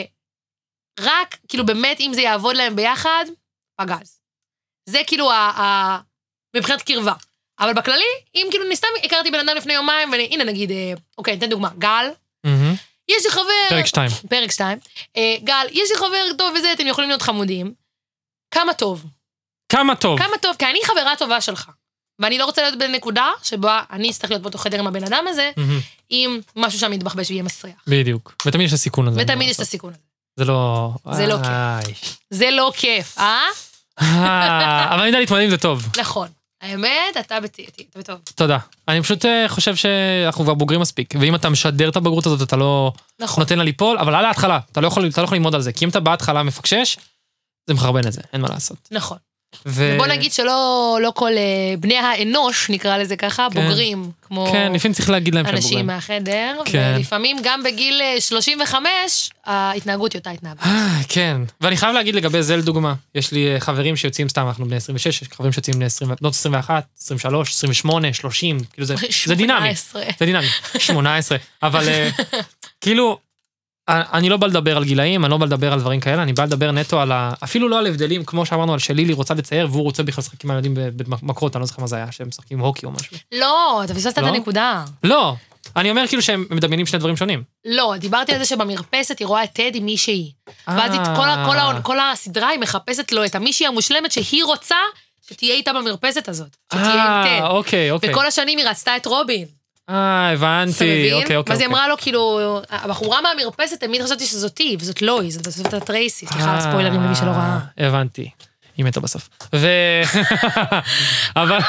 ורק, כאילו באמת, אם זה יעבוד להם ביחד, פגז. זה כאילו, ה- ה- מבחינת קרבה. אבל בכללי, אם כאילו נסתם, הכרתי בן אדם לפני יומיים, והנה נגיד, אוקיי, ניתן דוגמה, גל, Mm-hmm. יש לי חבר... פרק שתיים. פרק שתיים. אה, גל, יש לי חבר טוב וזה, אתם יכולים להיות חמודים. כמה טוב. כמה טוב. כמה טוב, כי אני חברה טובה שלך. ואני לא רוצה להיות בנקודה שבה אני אצטרך להיות באותו חדר עם הבן אדם הזה, mm-hmm. עם משהו שם יתבחבש ויהיה מסריח. בדיוק. ותמיד יש את הסיכון הזה. ותמיד יש את הסיכון הזה. זה לא... זה לא כיף. זה לא כיף, אה? אבל אני יודע להתמודד עם זה טוב. נכון. האמת, אתה בטייתי, אתה בטוב. תודה. אני פשוט חושב שאנחנו כבר בוגרים מספיק, ואם אתה משדר את הבגרות הזאת, אתה לא נותן לה ליפול, אבל על ההתחלה, אתה לא יכול ללמוד על זה, כי אם אתה בהתחלה מפקשש, זה מחרבן את זה, אין מה לעשות. נכון. ובוא נגיד שלא כל בני האנוש, נקרא לזה ככה, בוגרים, כמו אנשים מהחדר, ולפעמים גם בגיל שלושים וחמש, ההתנהגות היא אותה התנהגות. כן, ואני חייב להגיד לגבי זה לדוגמה, יש לי חברים שיוצאים סתם, אנחנו בני עשרים ושש, יש חברים שיוצאים בני עשרים ואחת, עשרים ושלוש, עשרים ושמונה, שלושים, כאילו זה דינמי, זה דינמי, שמונה עשרה, אבל כאילו, אני לא בא לדבר על גילאים, אני לא בא לדבר על דברים כאלה, אני בא לדבר נטו על ה... אפילו לא על הבדלים, כמו שאמרנו על שלילי רוצה לצייר, והוא רוצה בכלל לשחק עם הילדים במקרות, אני לא זוכר מה זה היה, שהם משחקים הוקי או משהו. לא, אתה פספסת את הנקודה. לא, אני אומר כאילו שהם מדמיינים שני דברים שונים. לא, דיברתי על זה שבמרפסת היא רואה את טד עם מישהי. ואז כל הסדרה היא מחפשת לו את המישהי המושלמת שהיא רוצה שתהיה איתה במרפסת הזאת. שתהיה עם טד. אוקיי, אוקיי. וכל השנים היא רצתה את רובין. אה, הבנתי, אוקיי, אוקיי. אז היא אמרה לו, כאילו, הבחורה מהמרפסת, תמיד חשבתי שזאתי, וזאת לא היא, זאת בסוף את טרייסי, סליחה על ספוילרים למי שלא ראה. הבנתי, היא מתה בסוף. ו... אבל...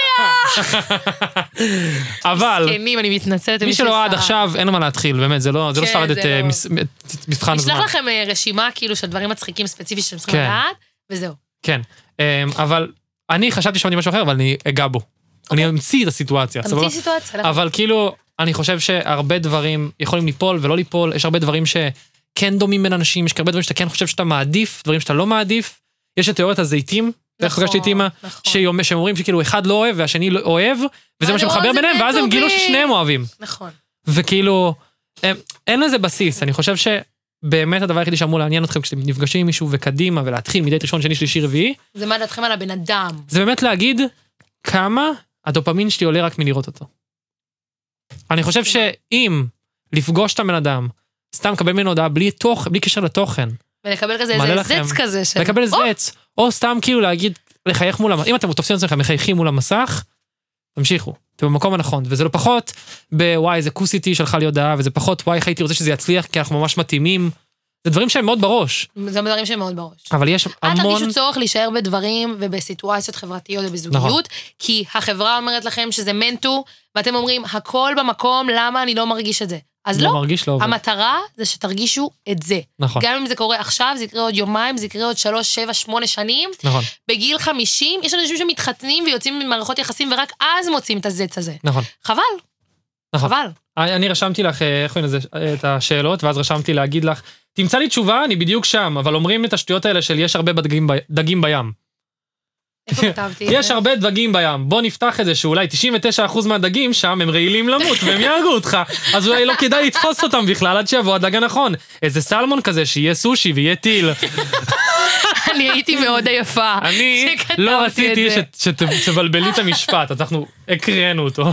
אבל... מסכנים, אני מתנצלת. מי שלא עד עכשיו, אין מה להתחיל, באמת, זה לא שרד את מבחן הזמן. נשלח לכם רשימה, כאילו, של דברים מצחיקים ספציפיים שאתם צריכים לדעת, וזהו. כן, אבל אני חשבתי שמעתי משהו אחר, אבל אני אגע בו. אני אמציא את הסיטואציה. אמציא סיטואציה. אבל כאילו, אני חושב שהרבה דברים יכולים ליפול ולא ליפול, יש הרבה דברים שכן דומים בין אנשים, יש הרבה דברים שאתה כן חושב שאתה מעדיף, דברים שאתה לא מעדיף, יש את תיאוריית הזיתים, פגשתי את אמא, שאומרים שכאילו אחד לא אוהב והשני לא אוהב, וזה מה שמחבר ביניהם, ואז הם גילו ששניהם אוהבים. נכון. וכאילו, אין לזה בסיס, אני חושב שבאמת הדבר היחידי שאמור לעניין אתכם כשאתם נפגשים עם מישהו וקדימה ולהתחיל מדייט ראשון, שני, שלישי, רביעי. זה מה דעתכם על הבן אדם. זה באמת להגיד כמה הדופמין שלי עולה רק מלראות אותו. אני חושב שאם לפגוש את הבן אדם, סתם לקבל ממנו הודעה בלי תוך, בלי קשר לתוכן. ולקבל כזה איזה זץ כזה של... לקבל זץ, או סתם כאילו להגיד, לחייך מול המסך, אם אתם תופסים את עצמכם, מחייכים מול המסך, תמשיכו, אתם במקום הנכון, וזה לא פחות בוואי, זה כוסיטי שלך לי הודעה, וזה פחות וואי, הייתי רוצה שזה יצליח, כי אנחנו ממש מתאימים, זה דברים שהם מאוד בראש. זה דברים שהם מאוד בראש. אבל יש המון... אל תרגישו צורך להישאר בדברים ובסיטואציות חברתיות ובזוגיות, כי החברה אומרת לכם שזה מנטו, ואתם אומרים, הכל במקום, למה אני לא מרגיש את זה? אז לא, המטרה זה שתרגישו את זה. נכון. גם אם זה קורה עכשיו, זה יקרה עוד יומיים, זה יקרה עוד שלוש, שבע, שמונה שנים. נכון. בגיל חמישים, יש אנשים שמתחתנים ויוצאים ממערכות יחסים, ורק אז מוצאים את הזץ הזה. נכון. חבל. נכון. חבל. אני רשמתי לך, איך קוראים לזה, את השאלות, ואז רשמתי להגיד לך, תמצא לי תשובה, אני בדיוק שם, אבל אומרים את השטויות האלה של יש הרבה דגים בים. איפה כתבתי את זה? יש הרבה דגים בים, בוא נפתח את זה שאולי תשעים ותשעה אחוז מהדגים שם הם רעילים למות והם יהרגו אותך, אז אולי לא כדאי לתפוס אותם בכלל עד שיבוא הדג הנכון. איזה סלמון כזה שיהיה סושי ויהיה טיל. אני הייתי מאוד עייפה. אני לא רציתי שתבלבלי את המשפט, אז אנחנו הקראנו אותו.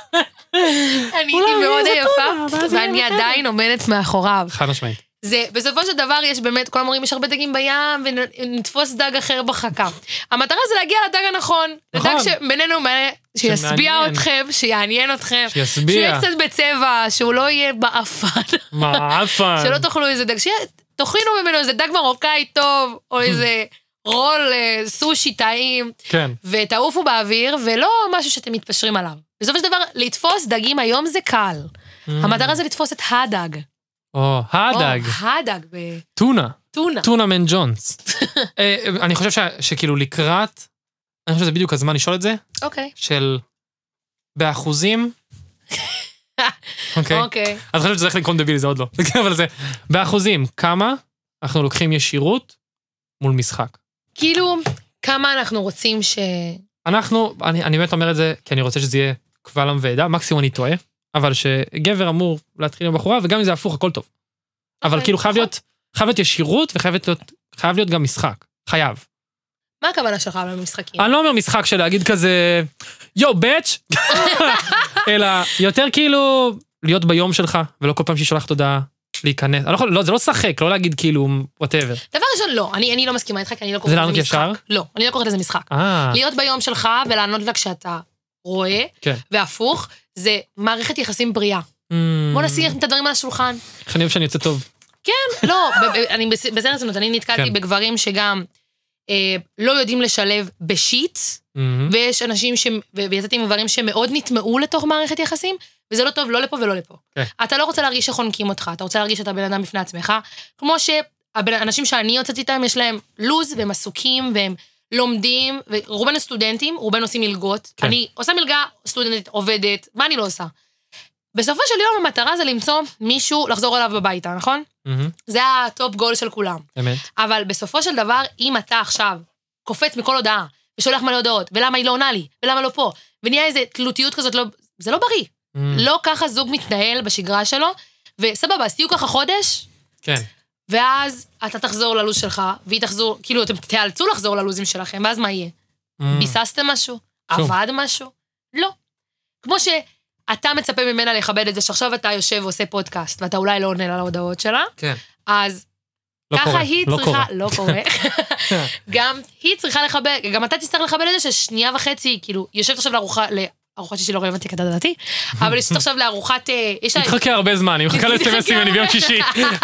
אני הייתי מאוד עייפה, ואני עדיין עומדת מאחוריו. חד משמעית. זה, בסופו של דבר יש באמת, כל המורים יש הרבה דגים בים, ונתפוס דג אחר בחכה. המטרה זה להגיע לדג הנכון. לדג שבינינו מלא, שיסביע אתכם, שיעניין אתכם. שיסביע. שהוא יהיה קצת בצבע, שהוא לא יהיה באפן. מאפן. שלא תאכלו איזה דג, שתאכלו ממנו איזה דג מרוקאי טוב, או איזה רול סושי טעים. כן. ותעופו באוויר, ולא משהו שאתם מתפשרים עליו. בסופו של דבר, לתפוס דגים היום זה קל. המטרה זה לתפוס את הדג. או, הדג. או, הדג. טונה. טונה. טונה מן ג'ונס. אני חושב שכאילו לקראת, אני חושב שזה בדיוק הזמן לשאול את זה. אוקיי. של באחוזים. אוקיי. אוקיי. אז חושבת שזה איך לקרום דבילי, זה עוד לא. אבל זה, באחוזים, כמה אנחנו לוקחים ישירות מול משחק? כאילו, כמה אנחנו רוצים ש... אנחנו, אני, אני באמת אומר את זה, כי אני רוצה שזה יהיה קבל עם ועדה, מקסימום אני טועה, אבל שגבר אמור להתחיל עם בחורה, וגם אם זה הפוך, הכל טוב. אבל כאילו חייב להיות, חייב להיות ישירות, וחייב להיות, חייב להיות גם משחק. חייב. מה הכוונה שלך במשחקים? אני לא אומר משחק של להגיד כזה, יו, בץ', אלא יותר כאילו להיות ביום שלך, ולא כל פעם שהיא שולחת הודעה להיכנס. לא, לא, זה לא שחק, לא להגיד כאילו, whatever. דבר ראשון, לא, אני, אני לא מסכימה איתך, כי אני לא קוראת לזה לזה משחק. משחק. לא, אני לא קוראת לזה משחק. אה. להיות ביום שלך ולענות לה כשאתה רואה, כן. והפוך, זה מערכת יחסים בריאה. Mm. בוא נשים את הדברים על השולחן. איך אני אוהב שאני יוצא טוב. כן, לא, אני בסדר רצינות, אני נתקלתי בגברים שגם לא יודעים לשלב בשיט, ויש אנשים ש... ויצאתי עם גברים שמאוד נטמעו לתוך מערכת יחסים, וזה לא טוב לא לפה ולא לפה. אתה לא רוצה להרגיש שחונקים אותך, אתה רוצה להרגיש שאתה בן אדם בפני עצמך, כמו שהאנשים שאני יוצאת איתם, יש להם לוז, והם עסוקים, והם לומדים, ורובנו סטודנטים, רובנו עושים מלגות, אני עושה מלגה, סטודנטית, עובדת, מה אני לא עושה? בסופו של יום המטרה זה למצוא מישהו לחזור אליו בביתה, נכון? זה הטופ גול של כולם. אמת. אבל בסופו של דבר, אם אתה עכשיו קופץ מכל הודעה, ושולח מלא הודעות, ולמה היא לא עונה לי, ולמה לא פה, ונהיה איזו תלותיות כזאת, זה לא בריא. לא ככה זוג מתנהל בשגרה שלו, וסבבה, אז תהיו ככה חודש, כן. ואז אתה תחזור ללוז שלך, והיא תחזור, כאילו אתם תיאלצו לחזור ללוזים שלכם, ואז מה יהיה? ביססתם משהו? עבד משהו? לא. כמו שאתה מצפה ממנה לכבד את זה, שעכשיו אתה יושב ועושה פודקאסט, ואתה אולי לא עונה לה להודעות שלה, כן. אז ככה היא צריכה, לא קורה, גם היא צריכה לכבד, גם אתה תצטרך לכבד את זה ששנייה וחצי, כאילו, יושבת עכשיו לארוחה, ארוחת שישי לא רלוונטי כדאי דעתי, אבל יש עכשיו לארוחת... מתחכה הרבה זמן, היא מחכה לסמסים, אני ביום שישי.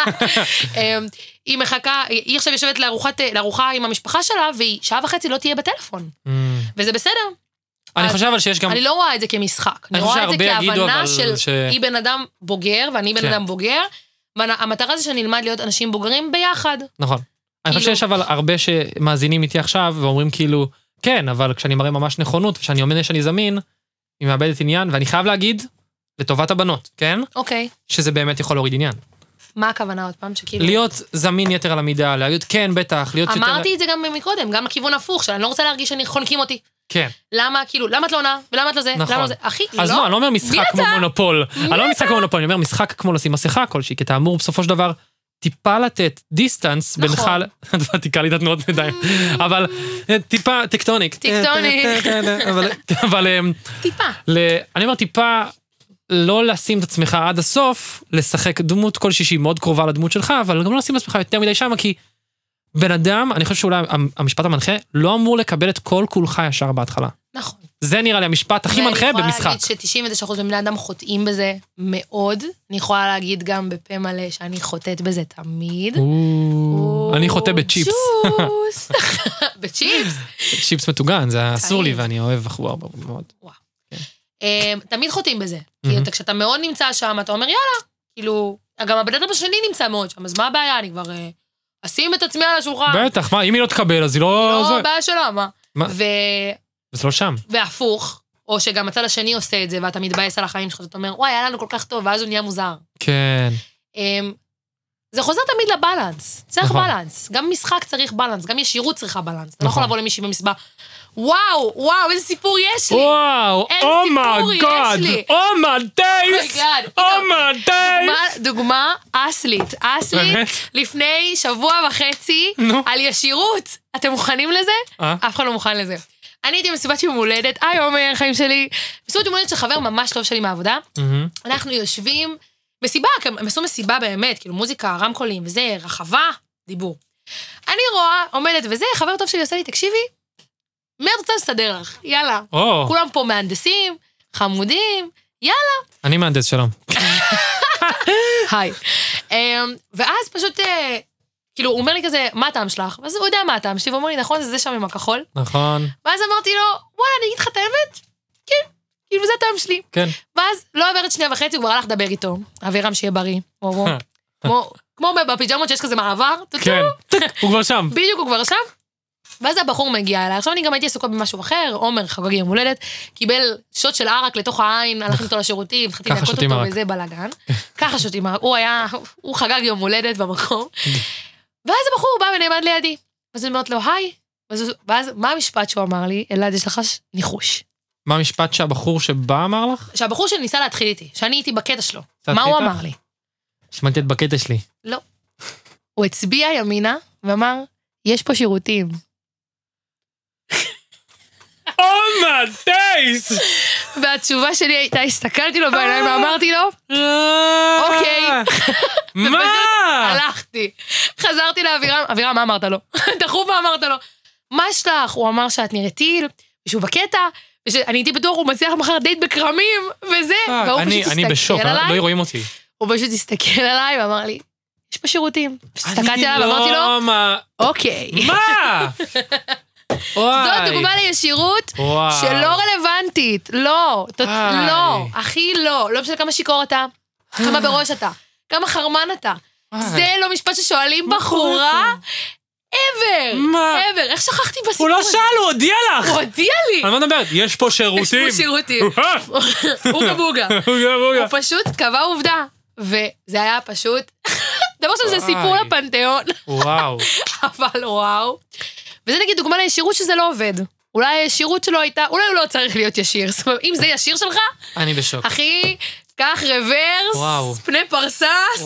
היא מחכה, היא עכשיו יושבת לארוחה עם המשפחה שלה, והיא שעה וחצי לא תהיה בטלפון. וזה בסדר. אני חושב אבל שיש גם... אני לא רואה את זה כמשחק. אני רואה את זה כהבנה של היא בן אדם בוגר, ואני בן אדם בוגר, והמטרה זה שנלמד להיות אנשים בוגרים ביחד. נכון. אני חושב שיש אבל הרבה שמאזינים איתי עכשיו, ואומרים כאילו, כן, אבל כשאני מראה ממש נכונות, כשאני אומר שאני זמין, היא מאבדת עניין, ואני חייב להגיד, לטובת הבנות, כן? אוקיי. שזה באמת יכול להוריד עניין. מה הכוונה עוד פעם? שכאילו... להיות זמין יתר על המידה, להגיד, כן, בטח, להיות יותר... אמרתי את זה גם מקודם, גם לכיוון הפוך, שאני לא רוצה להרגיש שאני חונקים אותי. כן. למה, כאילו, למה את לא עונה? ולמה את לא זה? נכון. למה זה? אחי, לא. אז לא, אני לא אומר משחק כמו מונופול. אני לא אומר משחק כמו מונופול, אני אומר משחק כמו לשים מסכה כלשהי, כי אתה אמור בסופו של דבר טיפה לתת דיסטנס בינך, תיקה לי את התנועות ידיים, אבל טיפה טקטוניק. טקטוניק. אבל טיפה. אני אומר טיפה לא לשים את עצמך עד הסוף, לשחק דמות כלשהי שהיא מאוד קרובה לדמות שלך, אבל גם לא לשים את עצמך יותר מדי שם, כי בן אדם, אני חושב שאולי המשפט המנחה, לא אמור לקבל את כל כולך ישר בהתחלה. נכון. זה נראה לי המשפט הכי מנחה במשחק. אני יכולה להגיד ש-תשעים ותשעה אחוז מבני אדם חוטאים בזה מאוד. אני יכולה להגיד גם בפה מלא שאני חוטאת בזה תמיד. אני חוטא בצ'יפס. בצ'יפס? צ'יפס מטוגן, זה אסור לי ואני אוהב אחורה מאוד. תמיד חוטאים בזה. כי כשאתה מאוד נמצא שם, אתה אומר יאללה, כאילו, גם הבן אדם השני נמצא מאוד שם, אז מה הבעיה? אני כבר אשים את עצמי על השולחן. בטח, מה, אם היא לא תקבל, אז היא לא... לא, הבעיה שלה, מה? וזה לא שם. והפוך, או שגם הצד השני עושה את זה, ואתה מתבאס על החיים שלך, אתה אומר, וואי, היה לנו כל כך טוב, ואז הוא נהיה מוזר. כן. זה חוזר תמיד לבלנס, צריך בלנס. גם משחק צריך בלנס, גם ישירות צריכה בלנס. אתה לא יכול לבוא למישהי במסבה, וואו, וואו, איזה סיפור יש לי. וואו, אומייגאד, אומיידייס, אומיידייס. דוגמה אסלית, אסלית, לפני שבוע וחצי, על ישירות. אתם מוכנים לזה? אף אחד לא מוכן לזה. אני הייתי במסיבת יום הולדת, היי עומר, חיים שלי, במסיבת יום הולדת של חבר ממש טוב שלי מהעבודה, אנחנו יושבים, מסיבה, הם עשו מסיבה באמת, כאילו מוזיקה, רמקולים וזה, רחבה, דיבור. אני רואה, עומדת וזה, חבר טוב שלי עושה לי, תקשיבי, מי את רוצה לסדר לך? יאללה. כולם פה מהנדסים, חמודים, יאללה. אני מהנדס, שלום. היי. ואז פשוט, כאילו, הוא אומר לי כזה, מה הטעם שלך? ואז הוא יודע מה הטעם שלי, ואומר לי, נכון, זה זה שם עם הכחול. נכון. ואז אמרתי לו, וואלה, אני אגיד לך את האמת? כן, כאילו, זה הטעם שלי. כן. ואז לא עברת שנייה וחצי, הוא כבר הלך לדבר איתו. אבירם שיהיה בריא. כמו בפיג'מות שיש כזה מעבר. כן, הוא כבר שם. בדיוק, הוא כבר שם. ואז הבחור מגיע אליי. עכשיו אני גם הייתי עסוקה במשהו אחר, עומר חגג יום הולדת, קיבל שוט של ערק לתוך העין, הלכנו איתו לשירותים, התחלתי להכות אותו וזה בלגן. ככה שותים ערק. הוא היה, הוא חגג יום הולדת במקום. ואז הבחור בא ונעמד לידי. ואז אני אומרת לו, היי. ואז מה המשפט שהוא אמר לי? אלעד, יש לך ניחוש. מה המשפט שהבחור שבא אמר לך? שהבחור שניסה להתחיל איתי, שאני הייתי בקטע שלו. מה הוא אמר לי? שמעתי את בקטע שלי. לא. הוא הצביע ימינה ואמר, יש פה שירותים. אומיידייס! והתשובה שלי הייתה, הסתכלתי לו בעיניים ואמרתי לו, אוקיי. מה? הלכתי. חזרתי לאבירם, אבירם, מה אמרת לו? דחוף מה אמרת לו? מה שלך? הוא אמר שאת נראית טיל, ושהוא בקטע, ושאני הייתי בטוח, הוא מצליח מחר דייט בקרמים, וזה. והוא פשוט הסתכל עליי. לא רואים אותי. הוא פשוט הסתכל עליי ואמר לי, יש פה שירותים. הסתכלתי עליו ואמרתי לו, אוקיי. מה? זאת דוגמה לישירות שלא רלוונטית, לא, לא, הכי לא, לא משנה כמה שיקור אתה, כמה בראש אתה, כמה חרמן אתה, זה לא משפט ששואלים בחורה, ever, ever, איך שכחתי בסיפור הזה? הוא לא שאל, הוא הודיע לך. הוא הודיע לי. אני לא מדברת, יש פה שירותים. יש פה שירותים. אוגה בוגה. הוא פשוט קבע עובדה, וזה היה פשוט, דבר שזה סיפור לפנתיאון. וואו. אבל וואו. וזה נגיד דוגמה לישירות שזה לא עובד. אולי הישירות שלו הייתה, אולי הוא לא צריך להיות ישיר. אם זה ישיר שלך, אני בשוק. אחי, קח רוורס, פני פרסה,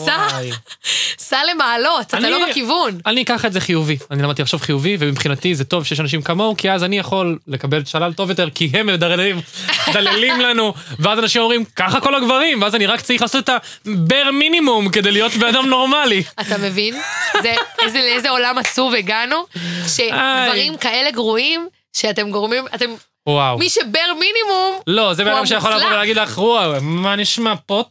סע למעלות, אתה לא בכיוון. אני אקח את זה חיובי. אני למדתי לחשוב חיובי, ומבחינתי זה טוב שיש אנשים כמוהו, כי אז אני יכול לקבל שלל טוב יותר, כי הם מדללים, דללים לנו, ואז אנשים אומרים, ככה כל הגברים, ואז אני רק צריך לעשות את הבר מינימום, כדי להיות באדם נורמלי. אתה מבין? איזה עולם עצוב הגענו, שגברים כאלה גרועים, שאתם גורמים, אתם... וואו. מי שבר מינימום, לא, זה בעולם שיכול לבוא ולהגיד לך, וואו, מה נשמע פוט?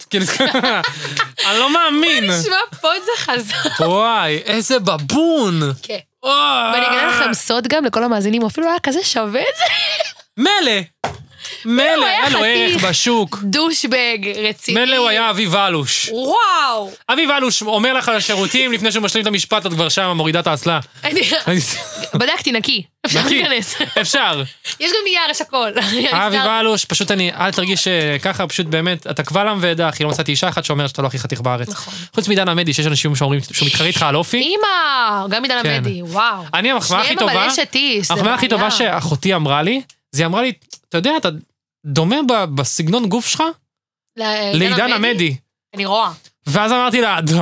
אני לא מאמין. מה נשמע פוט זה חזק. וואי, איזה בבון. כן. ואני אגלה לכם סוד גם לכל המאזינים, הוא אפילו היה כזה שווה את זה. מלא. מלא, היה לו ערך בשוק. דושבג, רציני. מלא הוא היה אביב אלוש. וואו. אביב אלוש אומר לך על השירותים, לפני שהוא משלים את המשפט, את כבר שם, מורידה את האסלה. בדקתי, נקי. אפשר להיכנס. אפשר. יש גם נייר, יש הכל. אביב אלוש, פשוט אני, אל תרגיש ככה, פשוט באמת, אתה קבל עם ועדה, אחי, לא מצאתי אישה אחת שאומרת שאתה לא הכי חתיך בארץ. חוץ מדן עמדי, שיש אנשים שאומרים שהוא מתחרה איתך על אופי. אמא, גם מדן עמדי, וואו. אני, המחמאה הכי טובה, המחמאה הכי טובה שאחותי אמרה לי, זה אמרה לי, אתה יודע, אתה דומה בסגנון גוף שלך? לעידן עמדי. אני רואה. ואז אמרתי לה, די.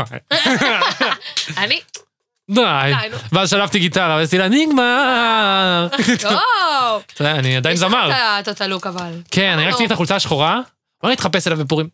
אני? די. ואז שלפתי גיטרה, ועשיתי לה, נגמר. טוב. אתה יודע, אני עדיין זמר. יש לך את התלוק אבל. כן, אני רק צריך את החולצה השחורה, לא להתחפש אליו בפורים.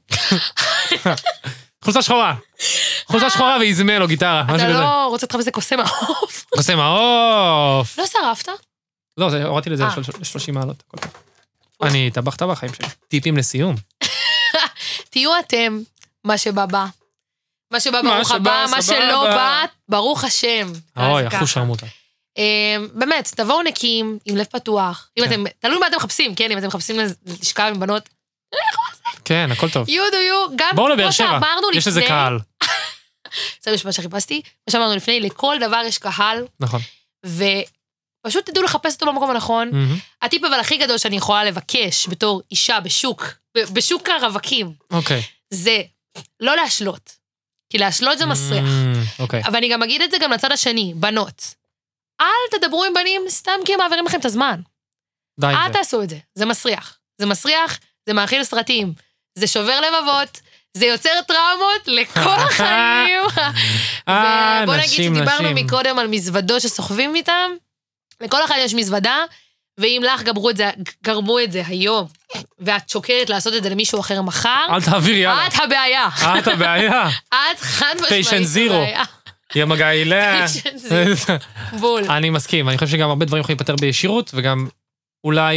חולצה שחורה. חולצה שחורה ויזמה לו גיטרה. אתה לא רוצה להתחפש לקוסם העוף. קוסם העוף. לא שרפת? לא, הורדתי לזה שלושים מעלות. אני טבח טבח חיים שלי. טיפים לסיום. תהיו אתם מה שבא בא. מה שבא ברוך הבא, מה שלא בא, ברוך השם. אוי, אחו שרמוטה. באמת, תבואו נקיים, עם לב פתוח. תלוי מה אתם מחפשים, כן? אם אתם מחפשים לשכב עם בנות, כן, הכל טוב. יו דו יו, גם בואו לבאר שבע, יש לזה קהל. זה משפט שחיפשתי. מה שאמרנו לפני, לכל דבר יש קהל. נכון. פשוט תדעו לחפש אותו במקום הנכון. הטיפ אבל הכי גדול שאני יכולה לבקש בתור אישה בשוק, בשוק הרווקים, זה לא להשלות. כי להשלות זה מסריח. אבל אני גם אגיד את זה גם לצד השני, בנות. אל תדברו עם בנים סתם כי הם מעבירים לכם את הזמן. אל תעשו את זה, זה מסריח. זה מסריח, זה מאכיל סרטים, זה שובר לבבות, זה יוצר טראומות לכל החיים. ובוא נגיד שדיברנו מקודם על מזוודות שסוחבים איתם, לכל אחד יש מזוודה, ואם לך גרמו את זה, גרמו את זה היום, ואת שוקלת לעשות את זה למישהו אחר מחר, אל תעביר יאללה. את הבעיה. את הבעיה. את חד משמעית הבעיה. יא מגעילה. בול. אני מסכים, אני חושב שגם הרבה דברים יכולים להיפטר בישירות, וגם אולי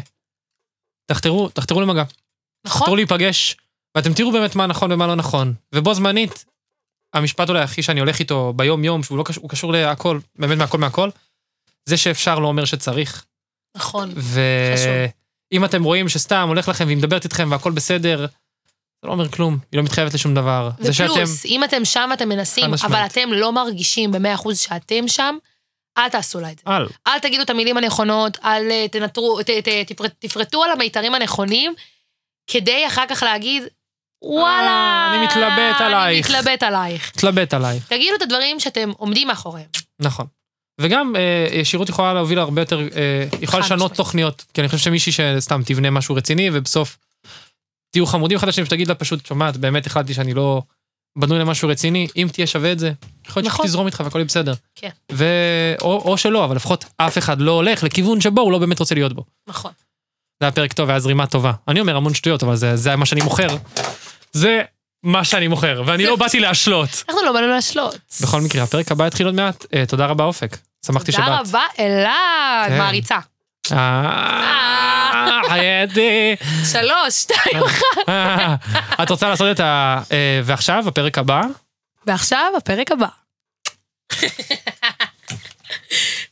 תחתרו, תחתרו למגע. נכון. תחתרו להיפגש, ואתם תראו באמת מה נכון ומה לא נכון. ובו זמנית, המשפט אולי הכי שאני הולך איתו ביום יום, שהוא קשור, קשור להכל, באמת מהכל מהכל, זה שאפשר לא אומר שצריך. נכון. ואם אתם רואים שסתם הולך לכם והיא מדברת איתכם והכל בסדר, זה לא אומר כלום, היא לא מתחייבת לשום דבר. ופלוס, אם אתם שם אתם מנסים, אבל אתם לא מרגישים ב-מאה אחוז שאתם שם, אל תעשו לה את זה. אל. אל תגידו את המילים הנכונות, אל תנטרו, תפרטו על המיתרים הנכונים, כדי אחר כך להגיד, וואלה, אני מתלבט עלייך. אני מתלבט עלייך. מתלבט עלייך. תגידו את הדברים שאתם עומדים מאחוריהם. נכון. וגם ישירות יכולה להוביל הרבה יותר, יכולה לשנות תוכניות, כי אני חושב שמישהי שסתם תבנה משהו רציני, ובסוף תהיו חמודים חדשים, שתגיד לה פשוט, שומעת, באמת החלטתי שאני לא בנוי למשהו רציני, אם תהיה שווה את זה, יכול להיות שתזרום איתך והכל יהיה בסדר. כן. או שלא, אבל לפחות אף אחד לא הולך לכיוון שבו הוא לא באמת רוצה להיות בו. נכון. זה היה פרק טוב, היה זרימה טובה. אני אומר המון שטויות, אבל זה מה שאני מוכר. זה מה שאני מוכר, ואני לא באתי להשלות. אנחנו לא באנו להשלות. בכל מקרה, הפרק הבא התחיל עוד מעט. תודה רבה אופק. שמחתי שבאת. תודה רבה אלעד, מעריצה. אה, חייתי. שלוש, שתיים, אחת. את רוצה לעשות את ה... ועכשיו, הפרק הבא? ועכשיו, הפרק הבא.